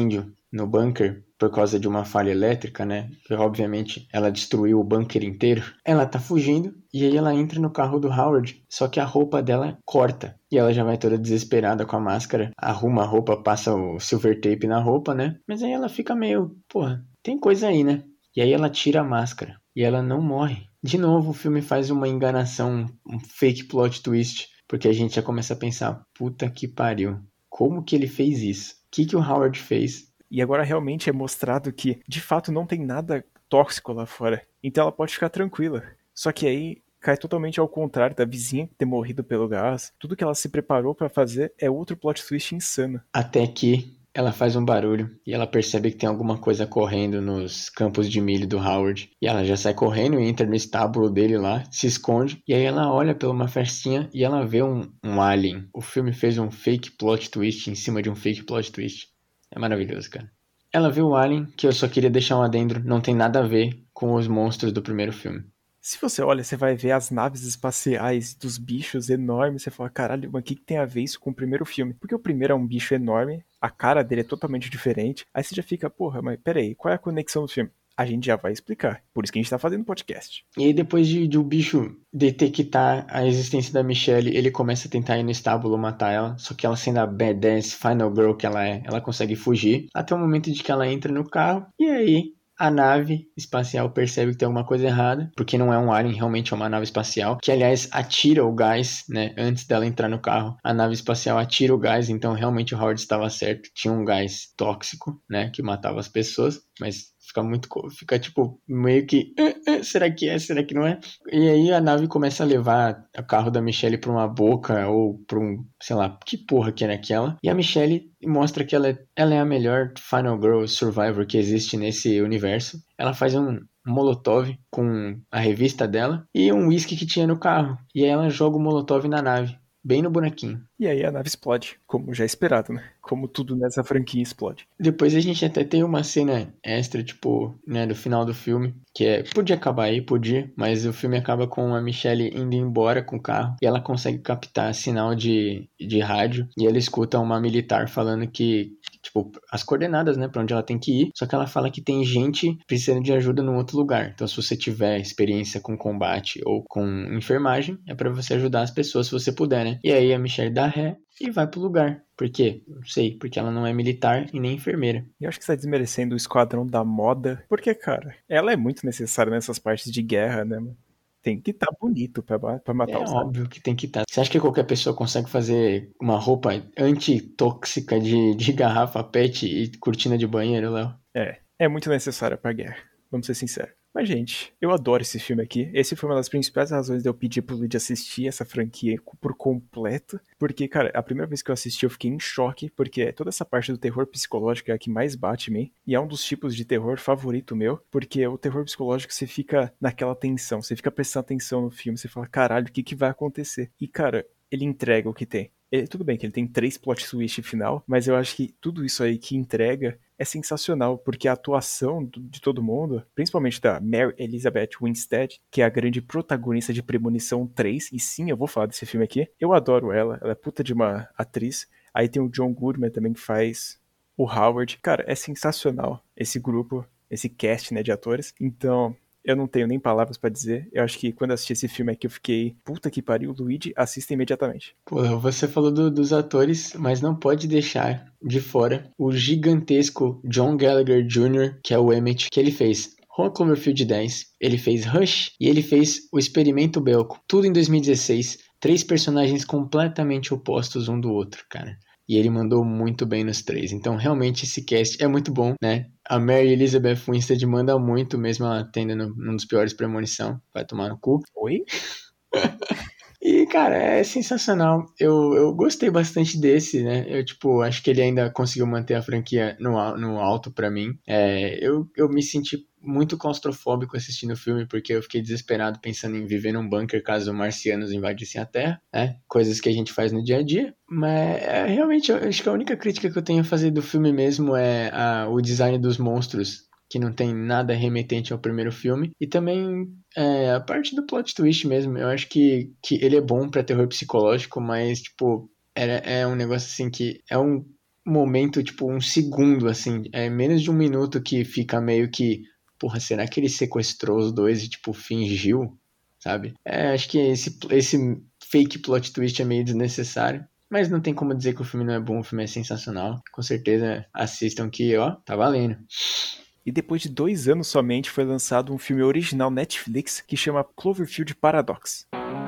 Speaker 2: no bunker por causa de uma falha elétrica, né? Que obviamente ela destruiu o bunker inteiro. Ela tá fugindo e aí ela entra no carro do Howard, só que a roupa dela corta. E ela já vai toda desesperada com a máscara, arruma a roupa, passa o silver tape na roupa, né? Mas aí ela fica meio, porra, tem coisa aí, né? E aí ela tira a máscara e ela não morre. De novo, o filme faz uma enganação, um fake plot twist, porque a gente já começa a pensar, puta que pariu, como que ele fez isso? O que que o Howard fez?
Speaker 1: E agora realmente é mostrado que, de fato, não tem nada tóxico lá fora. Então ela pode ficar tranquila. Só que aí cai totalmente ao contrário da vizinha ter morrido pelo gás. Tudo que ela se preparou pra fazer é outro plot twist insano.
Speaker 2: Até que ela faz um barulho e ela percebe que tem alguma coisa correndo nos campos de milho do Howard. E ela já sai correndo e entra no estábulo dele lá, se esconde. E aí ela olha pela uma festinha e ela vê um, um alien. O filme fez um fake plot twist em cima de um fake plot twist. É maravilhoso, cara. Ela vê o alien, que eu só queria deixar um adendo, não tem nada a ver com os monstros do primeiro filme.
Speaker 1: Se você olha, você vai ver as naves espaciais dos bichos enormes, você fala, caralho, mas o que, que tem a ver isso com o primeiro filme? Porque o primeiro é um bicho enorme, a cara dele é totalmente diferente, aí você já fica, porra, mas peraí, qual é a conexão do filme? A gente já vai explicar, por isso que a gente tá fazendo podcast.
Speaker 2: E aí depois de, de o bicho detectar a existência da Michelle, ele começa a tentar ir no estábulo matar ela, só que ela sendo a badass final girl que ela é, ela consegue fugir, até o momento de que ela entra no carro, e aí a nave espacial percebe que tem alguma coisa errada, porque não é um alien, realmente é uma nave espacial, que aliás atira o gás, né, antes dela entrar no carro, a nave espacial atira o gás, então realmente o Howard estava certo, tinha um gás tóxico, né, que matava as pessoas, mas fica muito, fica tipo, meio que, uh, uh, será que é, será que não é? E aí a nave começa a levar o carro da Michelle pra uma boca, ou pra um, sei lá, que porra que era aquela, e a Michelle mostra que ela é, ela é a melhor Final Girl Survivor que existe nesse universo. Ela faz um molotov com a revista dela e um whisky que tinha no carro, e aí ela joga o molotov na nave, bem no bonequinho.
Speaker 1: E aí a nave explode, como já esperado, né? Como tudo nessa franquia explode.
Speaker 2: Depois a gente até tem uma cena extra, tipo, né, do final do filme, que é, podia acabar aí, podia, mas o filme acaba com a Michelle indo embora com o carro, e ela consegue captar sinal de, de rádio, e ela escuta uma militar falando que, tipo, as coordenadas, né, pra onde ela tem que ir, só que ela fala que tem gente precisando de ajuda num outro lugar, então se você tiver experiência com combate ou com enfermagem, é pra você ajudar as pessoas se você puder, né, e aí a Michelle dá ré e vai pro lugar. Por quê? Não sei, porque ela não é militar e nem enfermeira.
Speaker 1: E eu acho que você tá desmerecendo o esquadrão da moda, porque, cara, ela é muito necessária nessas partes de guerra, né, mano? Tem que estar tá bonito pra, pra matar
Speaker 2: É
Speaker 1: os caras.
Speaker 2: óbvio que tem que estar. Você acha que qualquer pessoa consegue fazer uma roupa antitóxica de, de garrafa pet e cortina de banheiro, Léo?
Speaker 1: É, é muito necessária pra guerra, vamos ser sinceros. Mas, gente, eu adoro esse filme aqui. Esse foi uma das principais razões de eu pedir pro Luigi assistir essa franquia por completo. Porque, cara, a primeira vez que eu assisti eu fiquei em choque, porque toda essa parte do terror psicológico é a que mais bate em mim. E é um dos tipos de terror favorito meu, porque o terror psicológico você fica naquela tensão, você fica prestando atenção no filme, você fala, caralho, o que, que vai acontecer? E, cara, ele entrega o que tem. Ele, tudo bem que ele tem três plot twist final, mas eu acho que tudo isso aí que entrega é sensacional, porque a atuação do, de todo mundo, principalmente da Mary Elizabeth Winstead, que é a grande protagonista de Premonição três, e sim, eu vou falar desse filme aqui, eu adoro ela, ela é puta de uma atriz. Aí tem o John Goodman também que faz o Howard. Cara, é sensacional esse grupo, esse cast, né, de atores. Então, eu não tenho nem palavras pra dizer. Eu acho que quando eu assisti esse filme aqui, eu fiquei, puta que pariu, Luigi, assista imediatamente.
Speaker 2: Pô, você falou do- dos atores, mas não pode deixar de fora o gigantesco John Gallagher júnior, que é o Emmett, que ele fez Rua Cloverfield dez, ele fez Rush e ele fez O Experimento Belko. Tudo em dois mil e dezesseis. Três personagens completamente opostos um do outro, cara. E ele mandou muito bem nos três. Então, realmente, esse cast é muito bom, né? A Mary Elizabeth Winstead manda muito, mesmo ela tendo no- num dos piores premonição. Vai tomar no cu.
Speaker 1: Oi?
Speaker 2: E, cara, é sensacional. Eu, eu gostei bastante desse, né? Eu, tipo, acho que ele ainda conseguiu manter a franquia no, al- no alto pra mim. É, eu, eu me senti muito claustrofóbico assistindo o filme, porque eu fiquei desesperado pensando em viver num bunker caso marcianos invadissem a Terra, né? Coisas que a gente faz no dia a dia. Mas, é, realmente, eu acho que a única crítica que eu tenho a fazer do filme mesmo é a, o design dos monstros, que não tem nada remetente ao primeiro filme. E também é, a parte do plot twist mesmo. Eu acho que, que ele é bom pra terror psicológico, mas, tipo, é, é um negócio assim que é um momento, tipo, um segundo, assim, é menos de um minuto que fica meio que, porra, será que ele sequestrou os dois e, tipo, fingiu, sabe? É, acho que esse, esse fake plot twist é meio desnecessário, mas não tem como dizer que o filme não é bom, o filme é sensacional. Com certeza assistam que, ó, tá valendo.
Speaker 1: E depois de dois anos somente foi lançado um filme original Netflix que chama Cloverfield Paradox.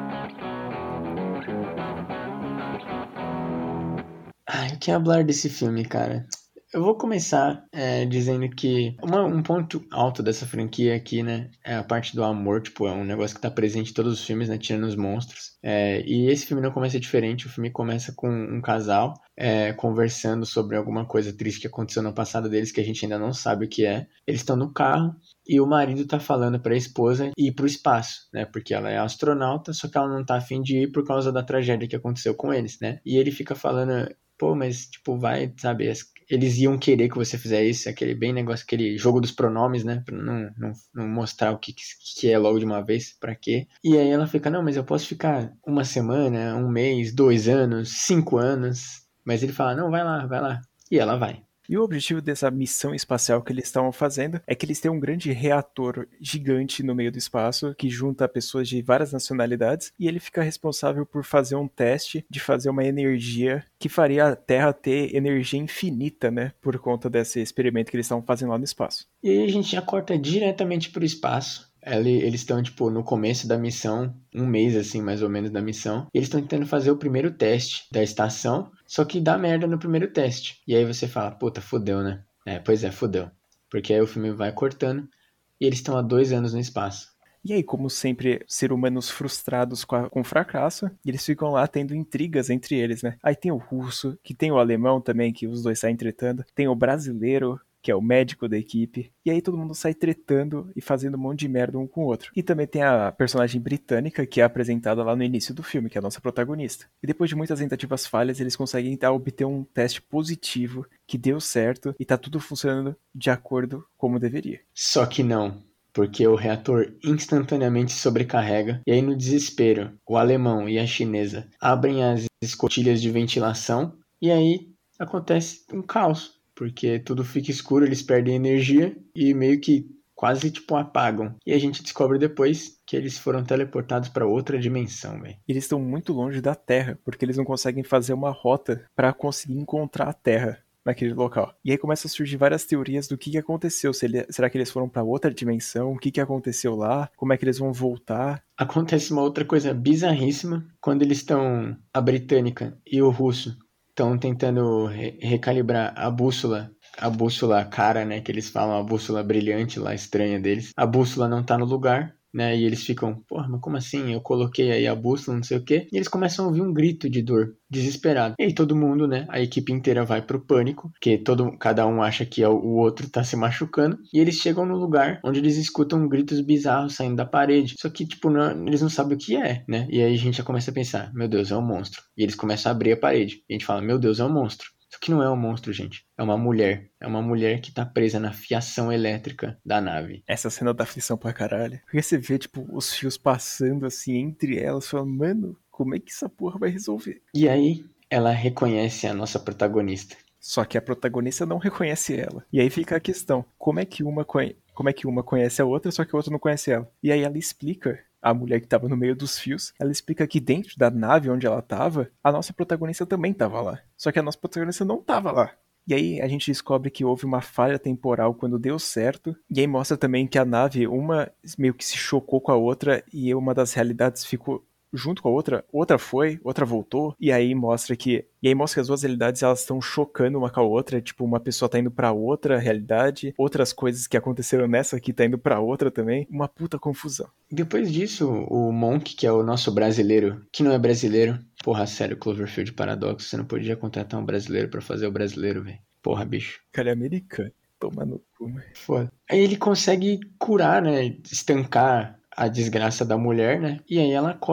Speaker 2: Ah, eu quero falar desse filme, cara. Eu vou começar é, dizendo que uma- um ponto alto dessa franquia aqui, né, é a parte do amor, tipo, é um negócio que tá presente em todos os filmes, né, tirando os monstros. É, e esse filme não começa diferente, o filme começa com um casal é, conversando sobre alguma coisa triste que aconteceu no passado deles, que a gente ainda não sabe o que é. Eles estão no carro e o marido tá falando pra esposa ir pro espaço, né, porque ela é astronauta, só que ela não tá afim de ir por causa da tragédia que aconteceu com eles, né. E ele fica falando, pô, mas, tipo, vai, sabe, eles iam querer que você fizesse isso, aquele bem negócio, aquele jogo dos pronomes, né, pra não, não, não mostrar o que, que é logo de uma vez, pra quê. E aí ela fica, não, mas eu posso ficar uma semana, um mês, dois anos, cinco anos, mas ele fala, não, vai lá, vai lá, e ela vai.
Speaker 1: E o objetivo dessa missão espacial que eles estavam fazendo é que eles têm um grande reator gigante no meio do espaço que junta pessoas de várias nacionalidades e ele fica responsável por fazer um teste de fazer uma energia que faria a Terra ter energia infinita, né? Por conta desse experimento que eles estavam fazendo lá no espaço.
Speaker 2: E aí a gente já corta diretamente pro espaço. Eles estão, tipo, no começo da missão, um mês, assim, mais ou menos, da missão. E eles estão tentando fazer o primeiro teste da estação, só que dá merda no primeiro teste. E aí você fala, puta, fodeu, né? É, pois é, fodeu. Porque aí o filme vai cortando e eles estão há dois anos no espaço.
Speaker 1: E aí, como sempre, ser humanos frustrados com, a, com o fracasso, eles ficam lá tendo intrigas entre eles, né? Aí tem o russo, que tem o alemão também, que os dois saem tretando. Tem o brasileiro, que é o médico da equipe. E aí todo mundo sai tretando e fazendo um monte de merda um com o outro. E também tem a personagem britânica, que é apresentada lá no início do filme, que é a nossa protagonista. E depois de muitas tentativas falhas, eles conseguem então, obter um teste positivo, que deu certo, e tá tudo funcionando de acordo como deveria.
Speaker 2: Só que não. Porque o reator instantaneamente sobrecarrega, e aí no desespero, o alemão e a chinesa abrem as escotilhas de ventilação, e aí acontece um caos, porque tudo fica escuro, eles perdem energia e meio que quase tipo apagam. E a gente descobre depois que eles foram teleportados para outra dimensão, velho.
Speaker 1: Eles estão muito longe da Terra, porque eles não conseguem fazer uma rota para conseguir encontrar a Terra naquele local. E aí começam a surgir várias teorias do que, que aconteceu. Se ele, será que eles foram para outra dimensão? O que, que aconteceu lá? Como é que eles vão voltar?
Speaker 2: Acontece uma outra coisa bizarríssima quando eles estão, a britânica e o russo estão tentando re- recalibrar a bússola, a bússola cara, né, que eles falam, a bússola brilhante lá, estranha deles. A bússola não tá no lugar, né, e eles ficam, porra, mas como assim? Eu coloquei aí a bússola, não sei o quê. E eles começam a ouvir um grito de dor, desesperado. E aí todo mundo, né, a equipe inteira vai pro pânico, porque todo, cada um acha que é o o outro tá se machucando. E eles chegam no lugar onde eles escutam gritos bizarros saindo da parede. Só que, tipo, não, eles não sabem o que é, né? E aí a gente já começa a pensar, meu Deus, é um monstro. E eles começam a abrir a parede. E a gente fala, meu Deus, é um monstro. Só que não é um monstro, gente. É uma mulher. É uma mulher que tá presa na fiação elétrica da nave.
Speaker 1: Essa cena da aflição pra caralho. Porque você vê, tipo, os fios passando assim entre elas, falando, mano, como é que essa porra vai resolver?
Speaker 2: E aí ela reconhece a nossa protagonista.
Speaker 1: Só que a protagonista não reconhece ela. E aí fica a questão, como é que uma, conhe... como é que uma conhece a outra, só que a outra não conhece ela? E aí ela explica, a mulher que tava no meio dos fios, ela explica que dentro da nave onde ela tava, a nossa protagonista também tava lá. Só que a nossa protagonista não tava lá. E aí a gente descobre que houve uma falha temporal quando deu certo. E aí mostra também que a nave, uma meio que se chocou com a outra e uma das realidades ficou junto com a outra, outra foi, outra voltou, e aí mostra que, e aí mostra que as duas realidades elas estão chocando uma com a outra, tipo, uma pessoa tá indo pra outra realidade, outras coisas que aconteceram nessa aqui tá indo pra outra também, uma puta confusão.
Speaker 2: Depois disso, o Monk, que é o nosso brasileiro, que não é brasileiro, porra, sério, Cloverfield Paradox, você não podia contratar um brasileiro pra fazer o brasileiro, velho. Porra, bicho.
Speaker 1: Cara, é americano. Toma no cu, mano.
Speaker 2: Foda. Aí ele consegue curar, né, estancar a desgraça da mulher, né, e aí ela acorda.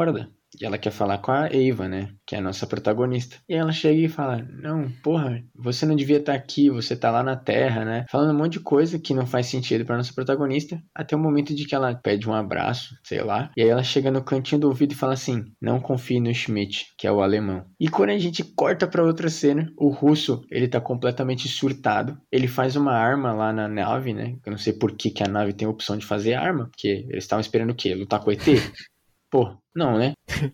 Speaker 2: E ela quer falar com a Ava, né? Que é a nossa protagonista. E ela chega e fala, não, porra, você não devia estar aqui, você tá lá na Terra, né? Falando um monte de coisa que não faz sentido pra nossa protagonista. Até o momento de que ela pede um abraço, sei lá. E aí ela chega no cantinho do ouvido e fala assim, não confie no Schmidt, que é o alemão. E quando a gente corta pra outra cena, o russo, ele tá completamente surtado. Ele faz uma arma lá na nave, né? Eu não sei por que, que a nave tem a opção de fazer arma, porque eles estavam esperando o quê? Lutar com o E T? Pô, não, né?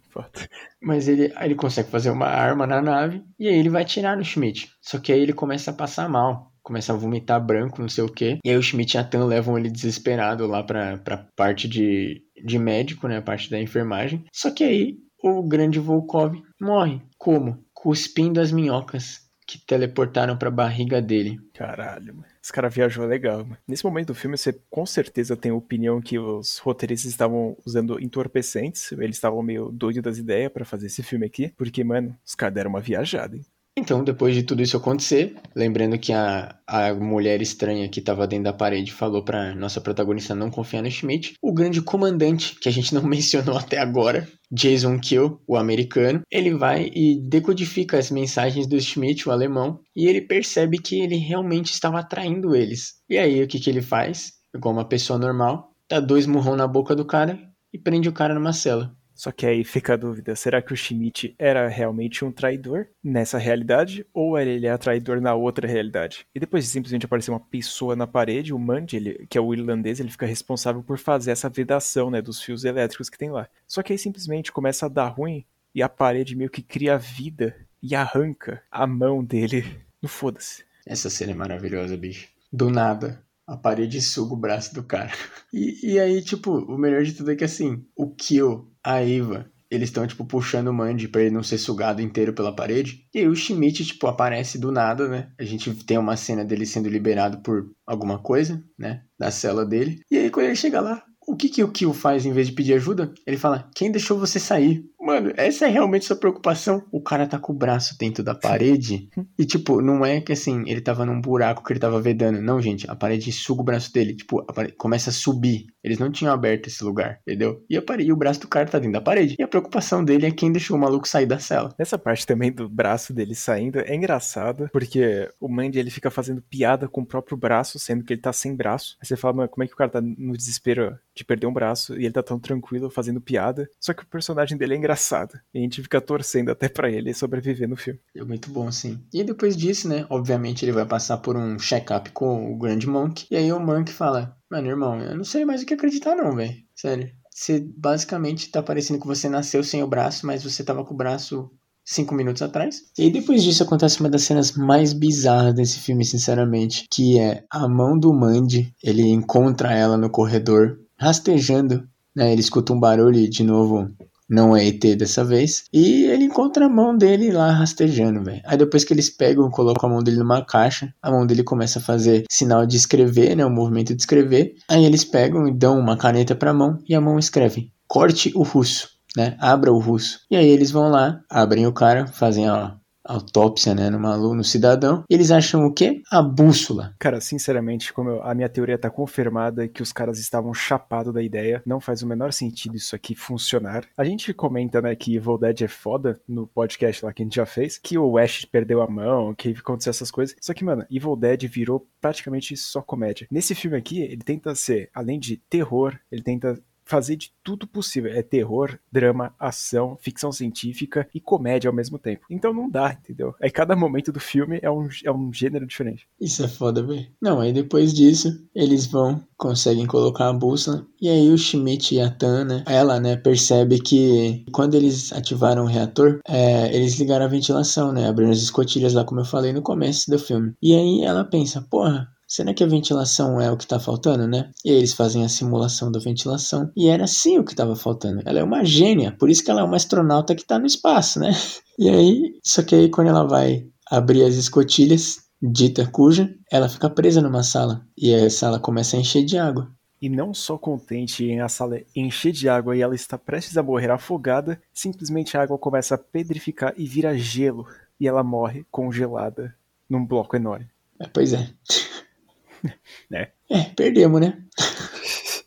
Speaker 2: Mas ele, aí ele consegue fazer uma arma na nave e aí ele vai atirar no Schmidt. Só que aí ele começa a passar mal. Começa a vomitar branco, não sei o quê. E aí o Schmidt e a Tan levam ele desesperado lá pra, pra parte de, de médico, né? A parte da enfermagem. Só que aí o grande Volkov morre. Como? Cuspindo as minhocas que teleportaram pra barriga dele.
Speaker 1: Caralho, mano. Esse cara viajou legal, mano. Nesse momento do filme, você com certeza tem a opinião que os roteiristas estavam usando entorpecentes. Eles estavam meio doidos das ideias pra fazer esse filme aqui. Porque, mano, os caras deram uma viajada, hein?
Speaker 2: Então, depois de tudo isso acontecer, lembrando que a, a mulher estranha que estava dentro da parede falou pra nossa protagonista não confiar no Schmidt, o grande comandante, que a gente não mencionou até agora, Jason Kill, o americano, ele vai e decodifica as mensagens do Schmidt, o alemão, e ele percebe que ele realmente estava atraindo eles. E aí, o que, que ele faz? Igual uma pessoa normal, dá dois murrão na boca do cara e prende o cara numa cela.
Speaker 1: Só que aí fica a dúvida, será que o Schmidt era realmente um traidor nessa realidade, ou ele é traidor na outra realidade? E depois de simplesmente aparecer uma pessoa na parede, o Mandy, ele, que é o irlandês, ele fica responsável por fazer essa vedação, né, dos fios elétricos que tem lá. Só que aí simplesmente começa a dar ruim, e a parede meio que cria vida, e arranca a mão dele no foda-se.
Speaker 2: Essa cena é maravilhosa, bicho. Do nada, a parede suga o braço do cara. E, e aí, tipo, o melhor de tudo é que assim, o Kill, a Eva, eles estão, tipo, puxando o Mandy pra ele não ser sugado inteiro pela parede. E aí o Schmidt, tipo, aparece do nada, né? A gente tem uma cena dele sendo liberado por alguma coisa, né? Da cela dele. E aí quando ele chega lá, o que que o Kill faz em vez de pedir ajuda? Ele fala, quem deixou você sair? Mano, essa é realmente sua preocupação? O cara tá com o braço dentro da parede e, tipo, não é que, assim, ele tava num buraco que ele tava vedando. Não, gente, a parede suga o braço dele. Tipo, a parede começa a subir. Eles não tinham aberto esse lugar, entendeu? E, a parede, e o braço do cara tá dentro da parede. E a preocupação dele é quem deixou o maluco sair da cela.
Speaker 1: Essa parte também do braço dele saindo é engraçada, porque o Mandy ele fica fazendo piada com o próprio braço, sendo que ele tá sem braço. Aí você fala, mano, como é que o cara tá no desespero de perder um braço e ele tá tão tranquilo fazendo piada? Só que o personagem dele é engraçado. E a gente fica torcendo até pra ele sobreviver no filme.
Speaker 2: É muito bom, sim. E depois disso, né, obviamente ele vai passar por um check-up com o grande Monk. E aí o Monk fala, mano, irmão, eu não sei mais o que acreditar não, velho. Sério. Você basicamente tá parecendo que você nasceu sem o braço, mas você tava com o braço cinco minutos atrás. E aí depois disso acontece uma das cenas mais bizarras desse filme, sinceramente, que é a mão do Mandy, ele encontra ela no corredor, rastejando, né, ele escuta um barulho e de novo não é E T dessa vez, e ele encontra a mão dele lá rastejando, velho. Aí depois que eles pegam, colocam a mão dele numa caixa, a mão dele começa a fazer sinal de escrever, né, o movimento de escrever, aí eles pegam e dão uma caneta pra mão, e a mão escreve, corte o russo. Né? Abra o russo. E aí eles vão lá, abrem o cara, fazem a autópsia, né, no maluco, no cidadão. E eles acham o quê? A bússola.
Speaker 1: Cara, sinceramente, como eu, a minha teoria tá confirmada que os caras estavam chapados da ideia, não faz o menor sentido isso aqui funcionar. A gente comenta, né, que Evil Dead é foda no podcast lá que a gente já fez, que o Ash perdeu a mão, que aconteceu essas coisas. Só que, mano, Evil Dead virou praticamente só comédia. Nesse filme aqui, ele tenta ser, além de terror, ele tenta fazer de tudo possível. É terror, drama, ação, ficção científica e comédia ao mesmo tempo. Então não dá, entendeu? Aí cada momento do filme é um, é um gênero diferente.
Speaker 2: Isso é foda, velho. Não, aí depois disso, eles vão, conseguem colocar a bússola. E aí o Schmidt e a Tan, né, ela, né, percebe que quando eles ativaram o reator, é, eles ligaram a ventilação, né, abriram as escotilhas lá, como eu falei no começo do filme. E aí ela pensa, porra, será que a ventilação é o que tá faltando, né? E aí eles fazem a simulação da ventilação. E era sim o que tava faltando. Ela é uma gênia. Por isso que ela é uma astronauta que tá no espaço, né? E aí, só que aí quando ela vai abrir as escotilhas, dita cuja, ela fica presa numa sala. E a sala começa a encher de água.
Speaker 1: E não só contente em a sala encher de água e ela está prestes a morrer afogada, simplesmente a água começa a pedrificar e vira gelo. E ela morre congelada num bloco enorme.
Speaker 2: É, pois é.
Speaker 1: Né?
Speaker 2: É, perdemos, né?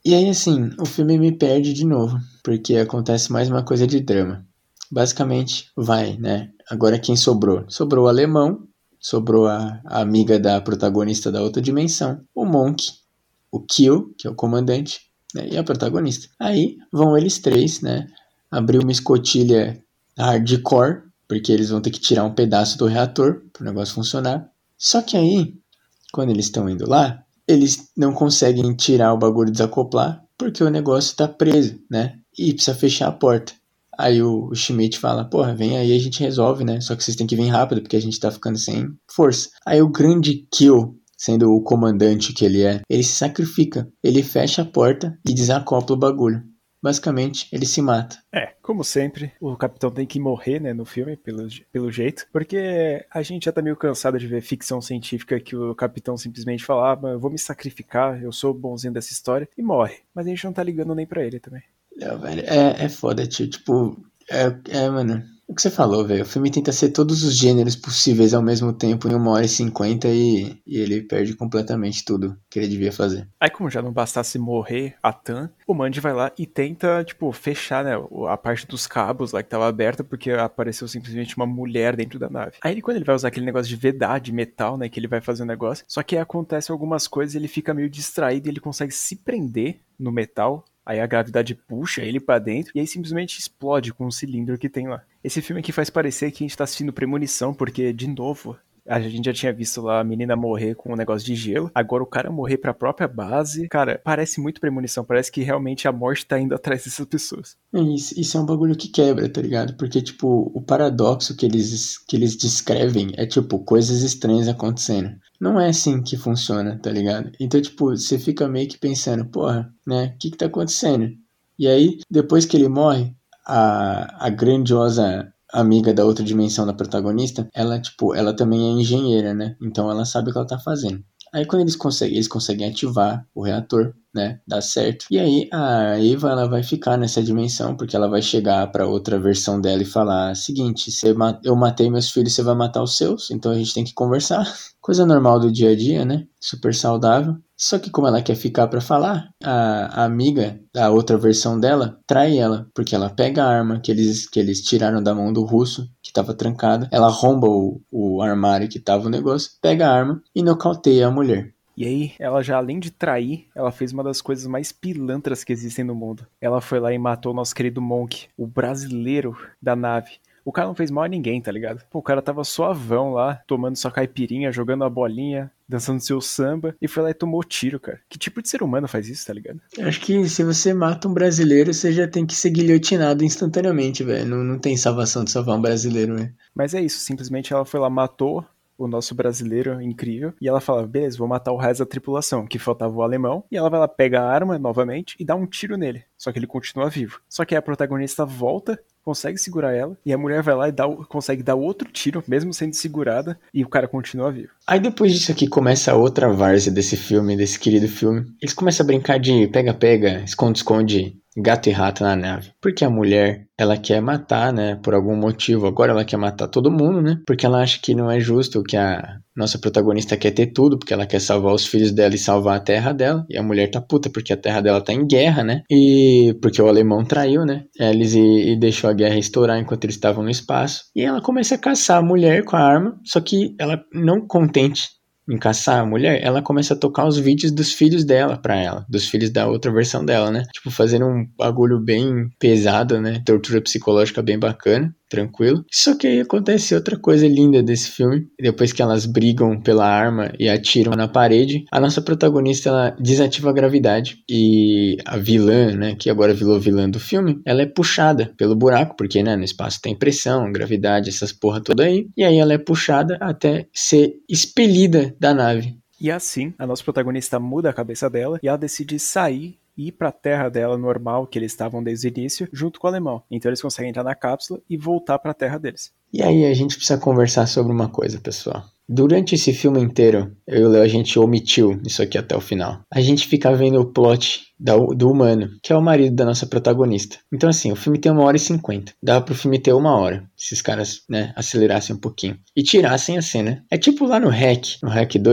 Speaker 2: E aí, assim, o filme me perde de novo, porque acontece mais uma coisa de drama. Basicamente, vai, né? Agora quem sobrou? Sobrou o alemão, sobrou a, a amiga da protagonista da outra dimensão, o Monk, o Kill, que é o comandante, né? E a protagonista. Aí vão eles três, né? Abrir uma escotilha hardcore, porque eles vão ter que tirar um pedaço do reator para o negócio funcionar. Só que aí, quando eles estão indo lá, eles não conseguem tirar o bagulho desacoplar, porque o negócio tá preso, né? E precisa fechar a porta. Aí o, o Schmidt fala, porra, vem aí, a gente resolve, né? Só que vocês têm que vir rápido, porque a gente tá ficando sem força. Aí o grande Kill, sendo o comandante que ele é, ele se sacrifica. Ele fecha a porta e desacopla o bagulho. Basicamente, ele se mata.
Speaker 1: É, como sempre, o capitão tem que morrer, né, no filme, pelo, pelo jeito, porque a gente já tá meio cansado de ver ficção científica que o capitão simplesmente fala, ah, eu vou me sacrificar, eu sou o bonzinho dessa história, e morre. Mas a gente não tá ligando nem pra ele também.
Speaker 2: Não, velho, é, é foda, tio. Tipo, é, é, mano, o que você falou, velho. O filme tenta ser todos os gêneros possíveis ao mesmo tempo em uma hora e cinquenta e, e ele perde completamente tudo que ele devia fazer.
Speaker 1: Aí, como já não bastasse morrer a Tan, o Mandy vai lá e tenta, tipo, fechar, né, a parte dos cabos lá que tava aberta, porque apareceu simplesmente uma mulher dentro da nave. Aí, quando ele vai usar aquele negócio de vedar, de metal, né, que ele vai fazer o negócio, só que aí acontece algumas coisas e ele fica meio distraído e ele consegue se prender no metal. Aí a gravidade puxa ele pra dentro e aí simplesmente explode com o cilindro que tem lá. Esse filme aqui faz parecer que a gente tá assistindo Premonição, porque, de novo, a gente já tinha visto lá a menina morrer com um negócio de gelo. Agora o cara morrer pra própria base. Cara, parece muito Premonição. Parece que realmente a morte tá indo atrás dessas pessoas.
Speaker 2: Isso, isso é um bagulho que quebra, tá ligado? Porque, tipo, o paradoxo que eles, que eles descrevem é, tipo, coisas estranhas acontecendo. Não é assim que funciona, tá ligado? Então, tipo, você fica meio que pensando, porra, né? O que que tá acontecendo? E aí, depois que ele morre, a, a grandiosa amiga da outra dimensão da protagonista, ela, tipo, ela também é engenheira, né? Então ela sabe o que ela tá fazendo. Aí quando eles conseguem, eles conseguem ativar o reator, né? Dá certo. E aí a Eva, ela vai ficar nessa dimensão, porque ela vai chegar pra outra versão dela e falar, seguinte, você ma- eu matei meus filhos, você vai matar os seus, então a gente tem que conversar. Coisa normal do dia a dia, né? Super saudável. Só que como ela quer ficar pra falar, a, a amiga da outra versão dela trai ela, porque ela pega a arma que eles, que eles tiraram da mão do russo, que estava trancada, ela arromba o, o armário que tava o negócio, pega a arma e nocauteia a mulher.
Speaker 1: E aí, ela já além de trair, ela fez uma das coisas mais pilantras que existem no mundo. Ela foi lá e matou o nosso querido Monk, o brasileiro da nave. O cara não fez mal a ninguém, tá ligado? Pô, o cara tava suavão lá, tomando sua caipirinha, jogando a bolinha, dançando seu samba, e foi lá e tomou tiro, cara. Que tipo de ser humano faz isso, tá ligado?
Speaker 2: Acho que se você mata um brasileiro, você já tem que ser guilhotinado instantaneamente, velho. Não, não tem salvação de salvar um brasileiro, velho.
Speaker 1: Mas é isso, simplesmente ela foi lá, matou o nosso brasileiro incrível, e ela fala, beleza, vou matar o resto da tripulação, que faltava o alemão, e ela vai lá, pega a arma novamente e dá um tiro nele, só que ele continua vivo. Só que aí a protagonista volta, consegue segurar ela, e a mulher vai lá e dá, consegue dar outro tiro, mesmo sendo segurada, e o cara continua vivo.
Speaker 2: Aí depois disso aqui começa a outra várzea desse filme, desse querido filme. Eles começam a brincar de pega-pega, esconde-esconde, gato e rato na nave. Porque a mulher, ela quer matar, né, por algum motivo. Agora ela quer matar todo mundo, né? Porque ela acha que não é justo, que a nossa protagonista quer ter tudo, porque ela quer salvar os filhos dela e salvar a terra dela. E a mulher tá puta, porque a terra dela tá em guerra, né? E porque o alemão traiu, né? Eles e, e deixou a guerra estourar enquanto eles estavam no espaço. E ela começa a caçar a mulher com a arma, só que ela não contente em caçar a mulher, ela começa a tocar os vídeos dos filhos dela pra ela, dos filhos da outra versão dela, né? Tipo, fazendo um bagulho bem pesado, né? Tortura psicológica bem bacana, tranquilo. Só que aí acontece outra coisa linda desse filme. Depois que elas brigam pela arma e atiram na parede, a nossa protagonista, ela desativa a gravidade e a vilã, né, que agora virou vilã do filme, ela é puxada pelo buraco, porque, né, no espaço tem pressão, gravidade, essas porra toda aí. E aí ela é puxada até ser expelida da nave.
Speaker 1: E assim, a nossa protagonista muda a cabeça dela e ela decide sair e ir pra terra dela normal, que eles estavam desde o início, junto com o alemão. Então eles conseguem entrar na cápsula e voltar pra terra deles.
Speaker 2: E aí a gente precisa conversar sobre uma coisa, pessoal. Durante esse filme inteiro, eu e o Léo, a gente omitiu isso aqui até o final. A gente fica vendo o plot da, do humano, que é o marido da nossa protagonista. Então assim, o filme tem uma hora e cinquenta. Dava pro filme ter uma hora, se os caras, né, acelerassem um pouquinho. E tirassem a cena. É tipo lá no Hack, no Hack dois,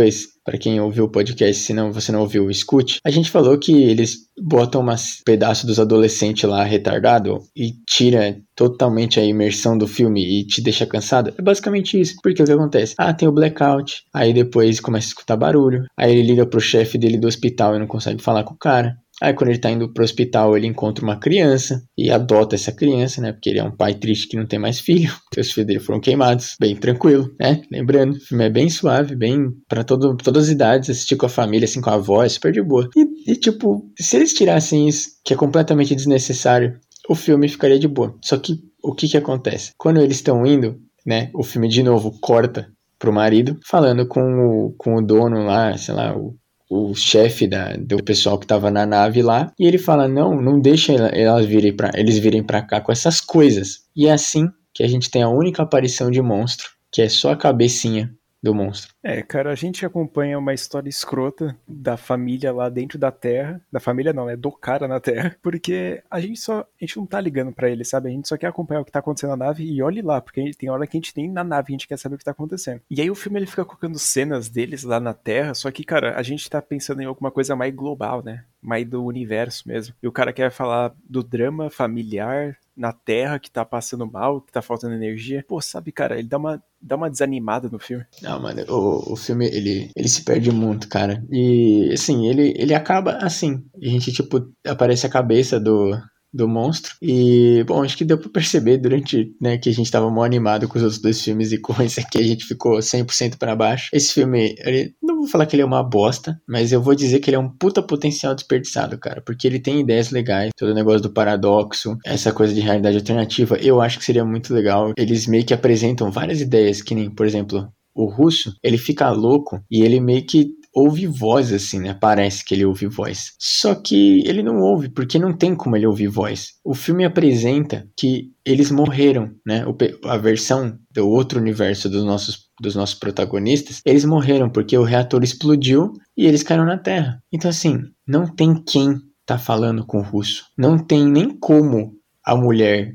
Speaker 2: Pra quem ouviu o podcast, se não, você não ouviu, escute. A gente falou que eles botam um pedaço dos adolescentes lá retardado e tira totalmente a imersão do filme e te deixa cansado. É basicamente isso. Porque o que acontece? Ah, tem o blackout. Aí depois começa a escutar barulho. Aí ele liga pro chefe dele do hospital e não consegue falar com o cara. Aí quando ele tá indo pro hospital, ele encontra uma criança e adota essa criança, né? Porque ele é um pai triste que não tem mais filho, porque os filhos dele foram queimados. Bem tranquilo, né? Lembrando, o filme é bem suave, bem pra todo, todas as idades, assistir com a família, assim, com a avó, é super de boa. E, e tipo, se eles tirassem isso, que é completamente desnecessário, o filme ficaria de boa. Só que o que que acontece? Quando eles estão indo, né? O filme de novo corta pro marido, falando com o, com o dono lá, sei lá, o o chefe da, do pessoal que tava na nave lá, e ele fala, não, não deixa elas virem pra, eles virem pra cá com essas coisas. E é assim que a gente tem a única aparição de monstro, que é só a cabecinha do monstro.
Speaker 1: É, cara, a gente acompanha uma história escrota da família lá dentro da Terra. Da família não, né? Do cara na Terra. Porque a gente só. A gente não tá ligando pra ele, sabe? A gente só quer acompanhar o que tá acontecendo na nave e olhe lá, porque tem hora que a gente tem na nave e a gente quer saber o que tá acontecendo. E aí o filme ele fica colocando cenas deles lá na Terra, só que, cara, a gente tá pensando em alguma coisa mais global, né? Mais do universo mesmo. E o cara quer falar do drama familiar na Terra, que tá passando mal, que tá faltando energia. Pô, sabe, cara, ele dá uma, dá uma desanimada no filme.
Speaker 2: Não, mano, o, o filme, ele, ele se perde muito, cara. E, assim, ele, ele acaba assim. A gente, tipo, aparece a cabeça do, do monstro. E, bom, acho que deu pra perceber durante, né, que a gente tava mó animado com os outros dois filmes e com esse aqui a gente ficou cem por cento pra baixo. Esse filme, ele, não vou falar que ele é uma bosta, mas eu vou dizer que ele é um puta potencial desperdiçado, cara. Porque ele tem ideias legais, todo o negócio do paradoxo, essa coisa de realidade alternativa, eu acho que seria muito legal. Eles meio que apresentam várias ideias, que nem, por exemplo, o russo, ele fica louco e ele meio que ouve voz, assim, né? Parece que ele ouve voz. Só que ele não ouve, porque não tem como ele ouvir voz. O filme apresenta que eles morreram, né? O, a versão do outro universo dos nossos, dos nossos protagonistas, eles morreram porque o reator explodiu e eles caíram na Terra. Então, assim, não tem quem tá falando com o russo. Não tem nem como a mulher,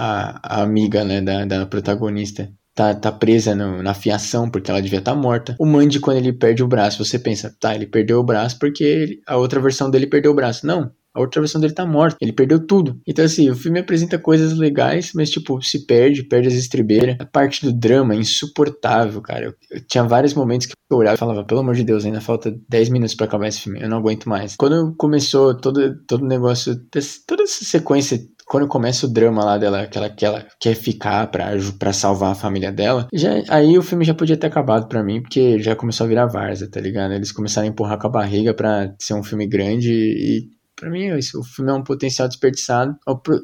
Speaker 2: a, a amiga, né, da, da protagonista, Tá, tá presa no, na fiação porque ela devia estar tá morta. O Mandy, quando ele perde o braço, você pensa, tá, ele perdeu o braço porque ele, a outra versão dele perdeu o braço. Não, a outra versão dele tá morta, ele perdeu tudo. Então, assim, o filme apresenta coisas legais, mas, tipo, se perde, perde as estribeiras. A parte do drama é insuportável, cara. Eu, eu tinha vários momentos que eu olhava e falava, pelo amor de Deus, ainda falta dez minutos pra acabar esse filme, eu não aguento mais. Quando começou todo, todo o negócio, toda essa sequência, quando começa o drama lá dela, que ela, que ela quer ficar pra, pra salvar a família dela, já, aí o filme já podia ter acabado pra mim, porque já começou a virar várzea, tá ligado? Eles começaram a empurrar com a barriga pra ser um filme grande e... Pra mim é isso, o filme é um potencial desperdiçado,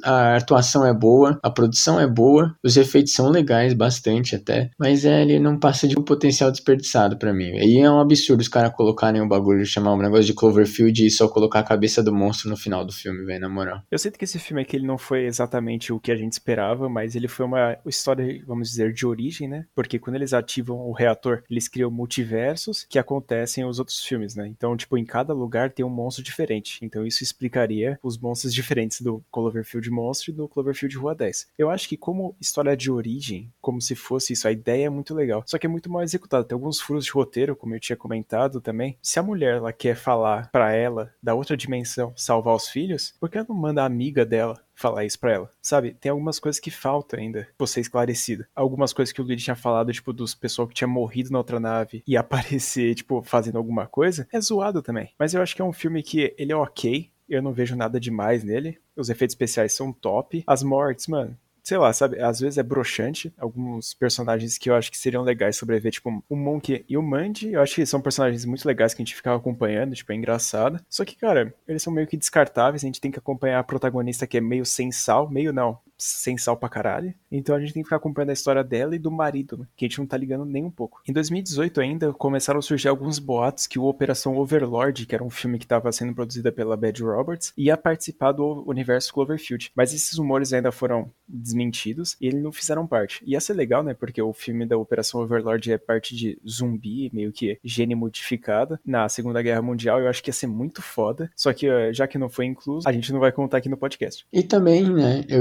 Speaker 2: a atuação é boa, a produção é boa, os efeitos são legais, bastante até, mas é, ele não passa de um potencial desperdiçado pra mim. E é um absurdo os caras colocarem um bagulho, chamar um negócio de Cloverfield e só colocar a cabeça do monstro no final do filme, velho, na moral.
Speaker 1: Eu sinto que esse filme aqui ele não foi exatamente o que a gente esperava, mas ele foi uma história, vamos dizer, de origem, né? Porque quando eles ativam o reator, eles criam multiversos que acontecem nos outros filmes, né? Então, tipo, em cada lugar tem um monstro diferente. Então isso explicaria os monstros diferentes do Cloverfield Monstro e do Cloverfield Rua dez. Eu acho que como história de origem, como se fosse isso, a ideia é muito legal. Só que é muito mal executada. Tem alguns furos de roteiro, como eu tinha comentado também. Se a mulher ela quer falar pra ela da outra dimensão salvar os filhos, por que ela não manda a amiga dela falar isso pra ela, sabe? Tem algumas coisas que faltam ainda pra ser esclarecida. Algumas coisas que o Luigi tinha falado, tipo, dos pessoal que tinha morrido na outra nave e aparecer, tipo, fazendo alguma coisa, é zoado também. Mas eu acho que é um filme que ele é ok, eu não vejo nada demais nele. Os efeitos especiais são top. As mortes, mano, sei lá, sabe, às vezes é broxante, alguns personagens que eu acho que seriam legais sobreviver, tipo, o Monkey e o Mandy, eu acho que são personagens muito legais que a gente ficava acompanhando, tipo, é engraçado, só que, cara, eles são meio que descartáveis, a gente tem que acompanhar a protagonista que é meio sem sal, meio não, sem sal pra caralho, então a gente tem que ficar acompanhando a história dela e do marido, né, que a gente não tá ligando nem um pouco. Em dois mil e dezoito ainda, começaram a surgir alguns boatos que o Operação Overlord, que era um filme que estava sendo produzido pela Bad Roberts, ia participar do universo Cloverfield, mas esses rumores ainda foram desmentidos e eles não fizeram parte. Ia ser legal, né, porque o filme da Operação Overlord é parte de zumbi, meio que gene modificada, na Segunda Guerra Mundial, eu acho que ia ser muito foda, só que já que não foi incluso, a gente não vai contar aqui no podcast.
Speaker 2: E também, né, eu e o Léo, a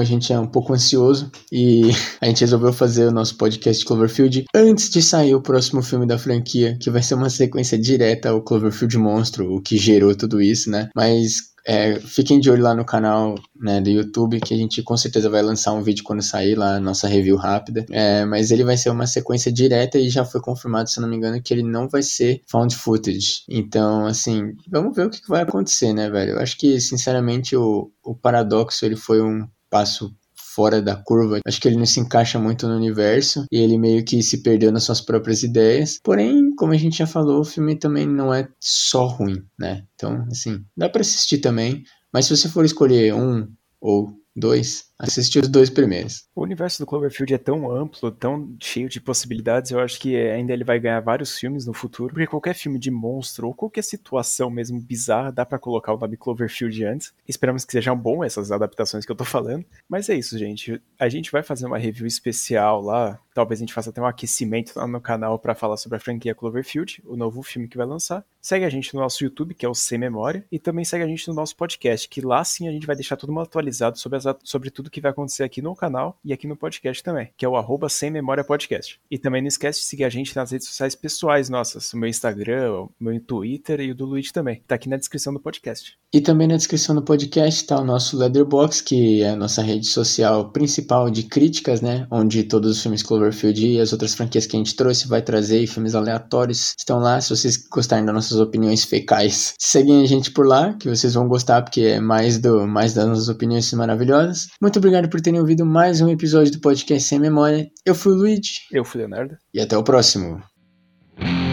Speaker 2: gente é um pouco ansioso e a gente resolveu fazer o nosso podcast Cloverfield antes de sair o próximo filme da franquia, que vai ser uma sequência direta ao Cloverfield Monstro, o que gerou tudo isso, né? Mas é, fiquem de olho lá no canal, né, do YouTube, que a gente com certeza vai lançar um vídeo quando sair lá, a nossa review rápida. É, mas ele vai ser uma sequência direta e já foi confirmado, se eu não me engano, que ele não vai ser found footage. Então, assim, vamos ver o que vai acontecer, né, velho? Eu acho que, sinceramente, o, o Paradoxo, ele foi um passo fora da curva. Acho que ele não se encaixa muito no universo e ele meio que se perdeu nas suas próprias ideias. Porém, como a gente já falou, o filme também não é só ruim, né? Então, assim, dá pra assistir também. Mas se você for escolher um ou dois, assiste os dois primeiros.
Speaker 1: O universo do Cloverfield é tão amplo, tão cheio de possibilidades, eu acho que ainda ele vai ganhar vários filmes no futuro, porque qualquer filme de monstro ou qualquer situação mesmo bizarra, dá pra colocar o nome Cloverfield antes. Esperamos que sejam bom essas adaptações que eu tô falando. Mas é isso, gente. A gente vai fazer uma review especial lá, talvez a gente faça até um aquecimento lá no canal pra falar sobre a franquia Cloverfield, o novo filme que vai lançar. Segue a gente no nosso YouTube, que é o Sem Memória, e também segue a gente no nosso podcast, que lá sim a gente vai deixar tudo atualizado sobre, as, sobre tudo que vai acontecer aqui no canal e aqui no podcast também, que é o arroba Sem Memória Podcast. E também não esquece de seguir a gente nas redes sociais pessoais nossas, o meu Instagram, o meu Twitter e o do Luigi também. Tá aqui na descrição do podcast.
Speaker 2: E também na descrição do podcast tá o nosso Letterboxd, que é a nossa rede social principal de críticas, né? Onde todos os filmes Cloverfield e as outras franquias que a gente trouxe vai trazer, e filmes aleatórios estão lá. Se vocês gostarem das nossas opiniões fecais, seguem a gente por lá, que vocês vão gostar, porque é mais, do, mais das nossas opiniões maravilhosas. Muito obrigado por terem ouvido mais um episódio do podcast Sem Memória. Eu fui o Luigi.
Speaker 1: Eu fui o Leonardo.
Speaker 2: E até o próximo.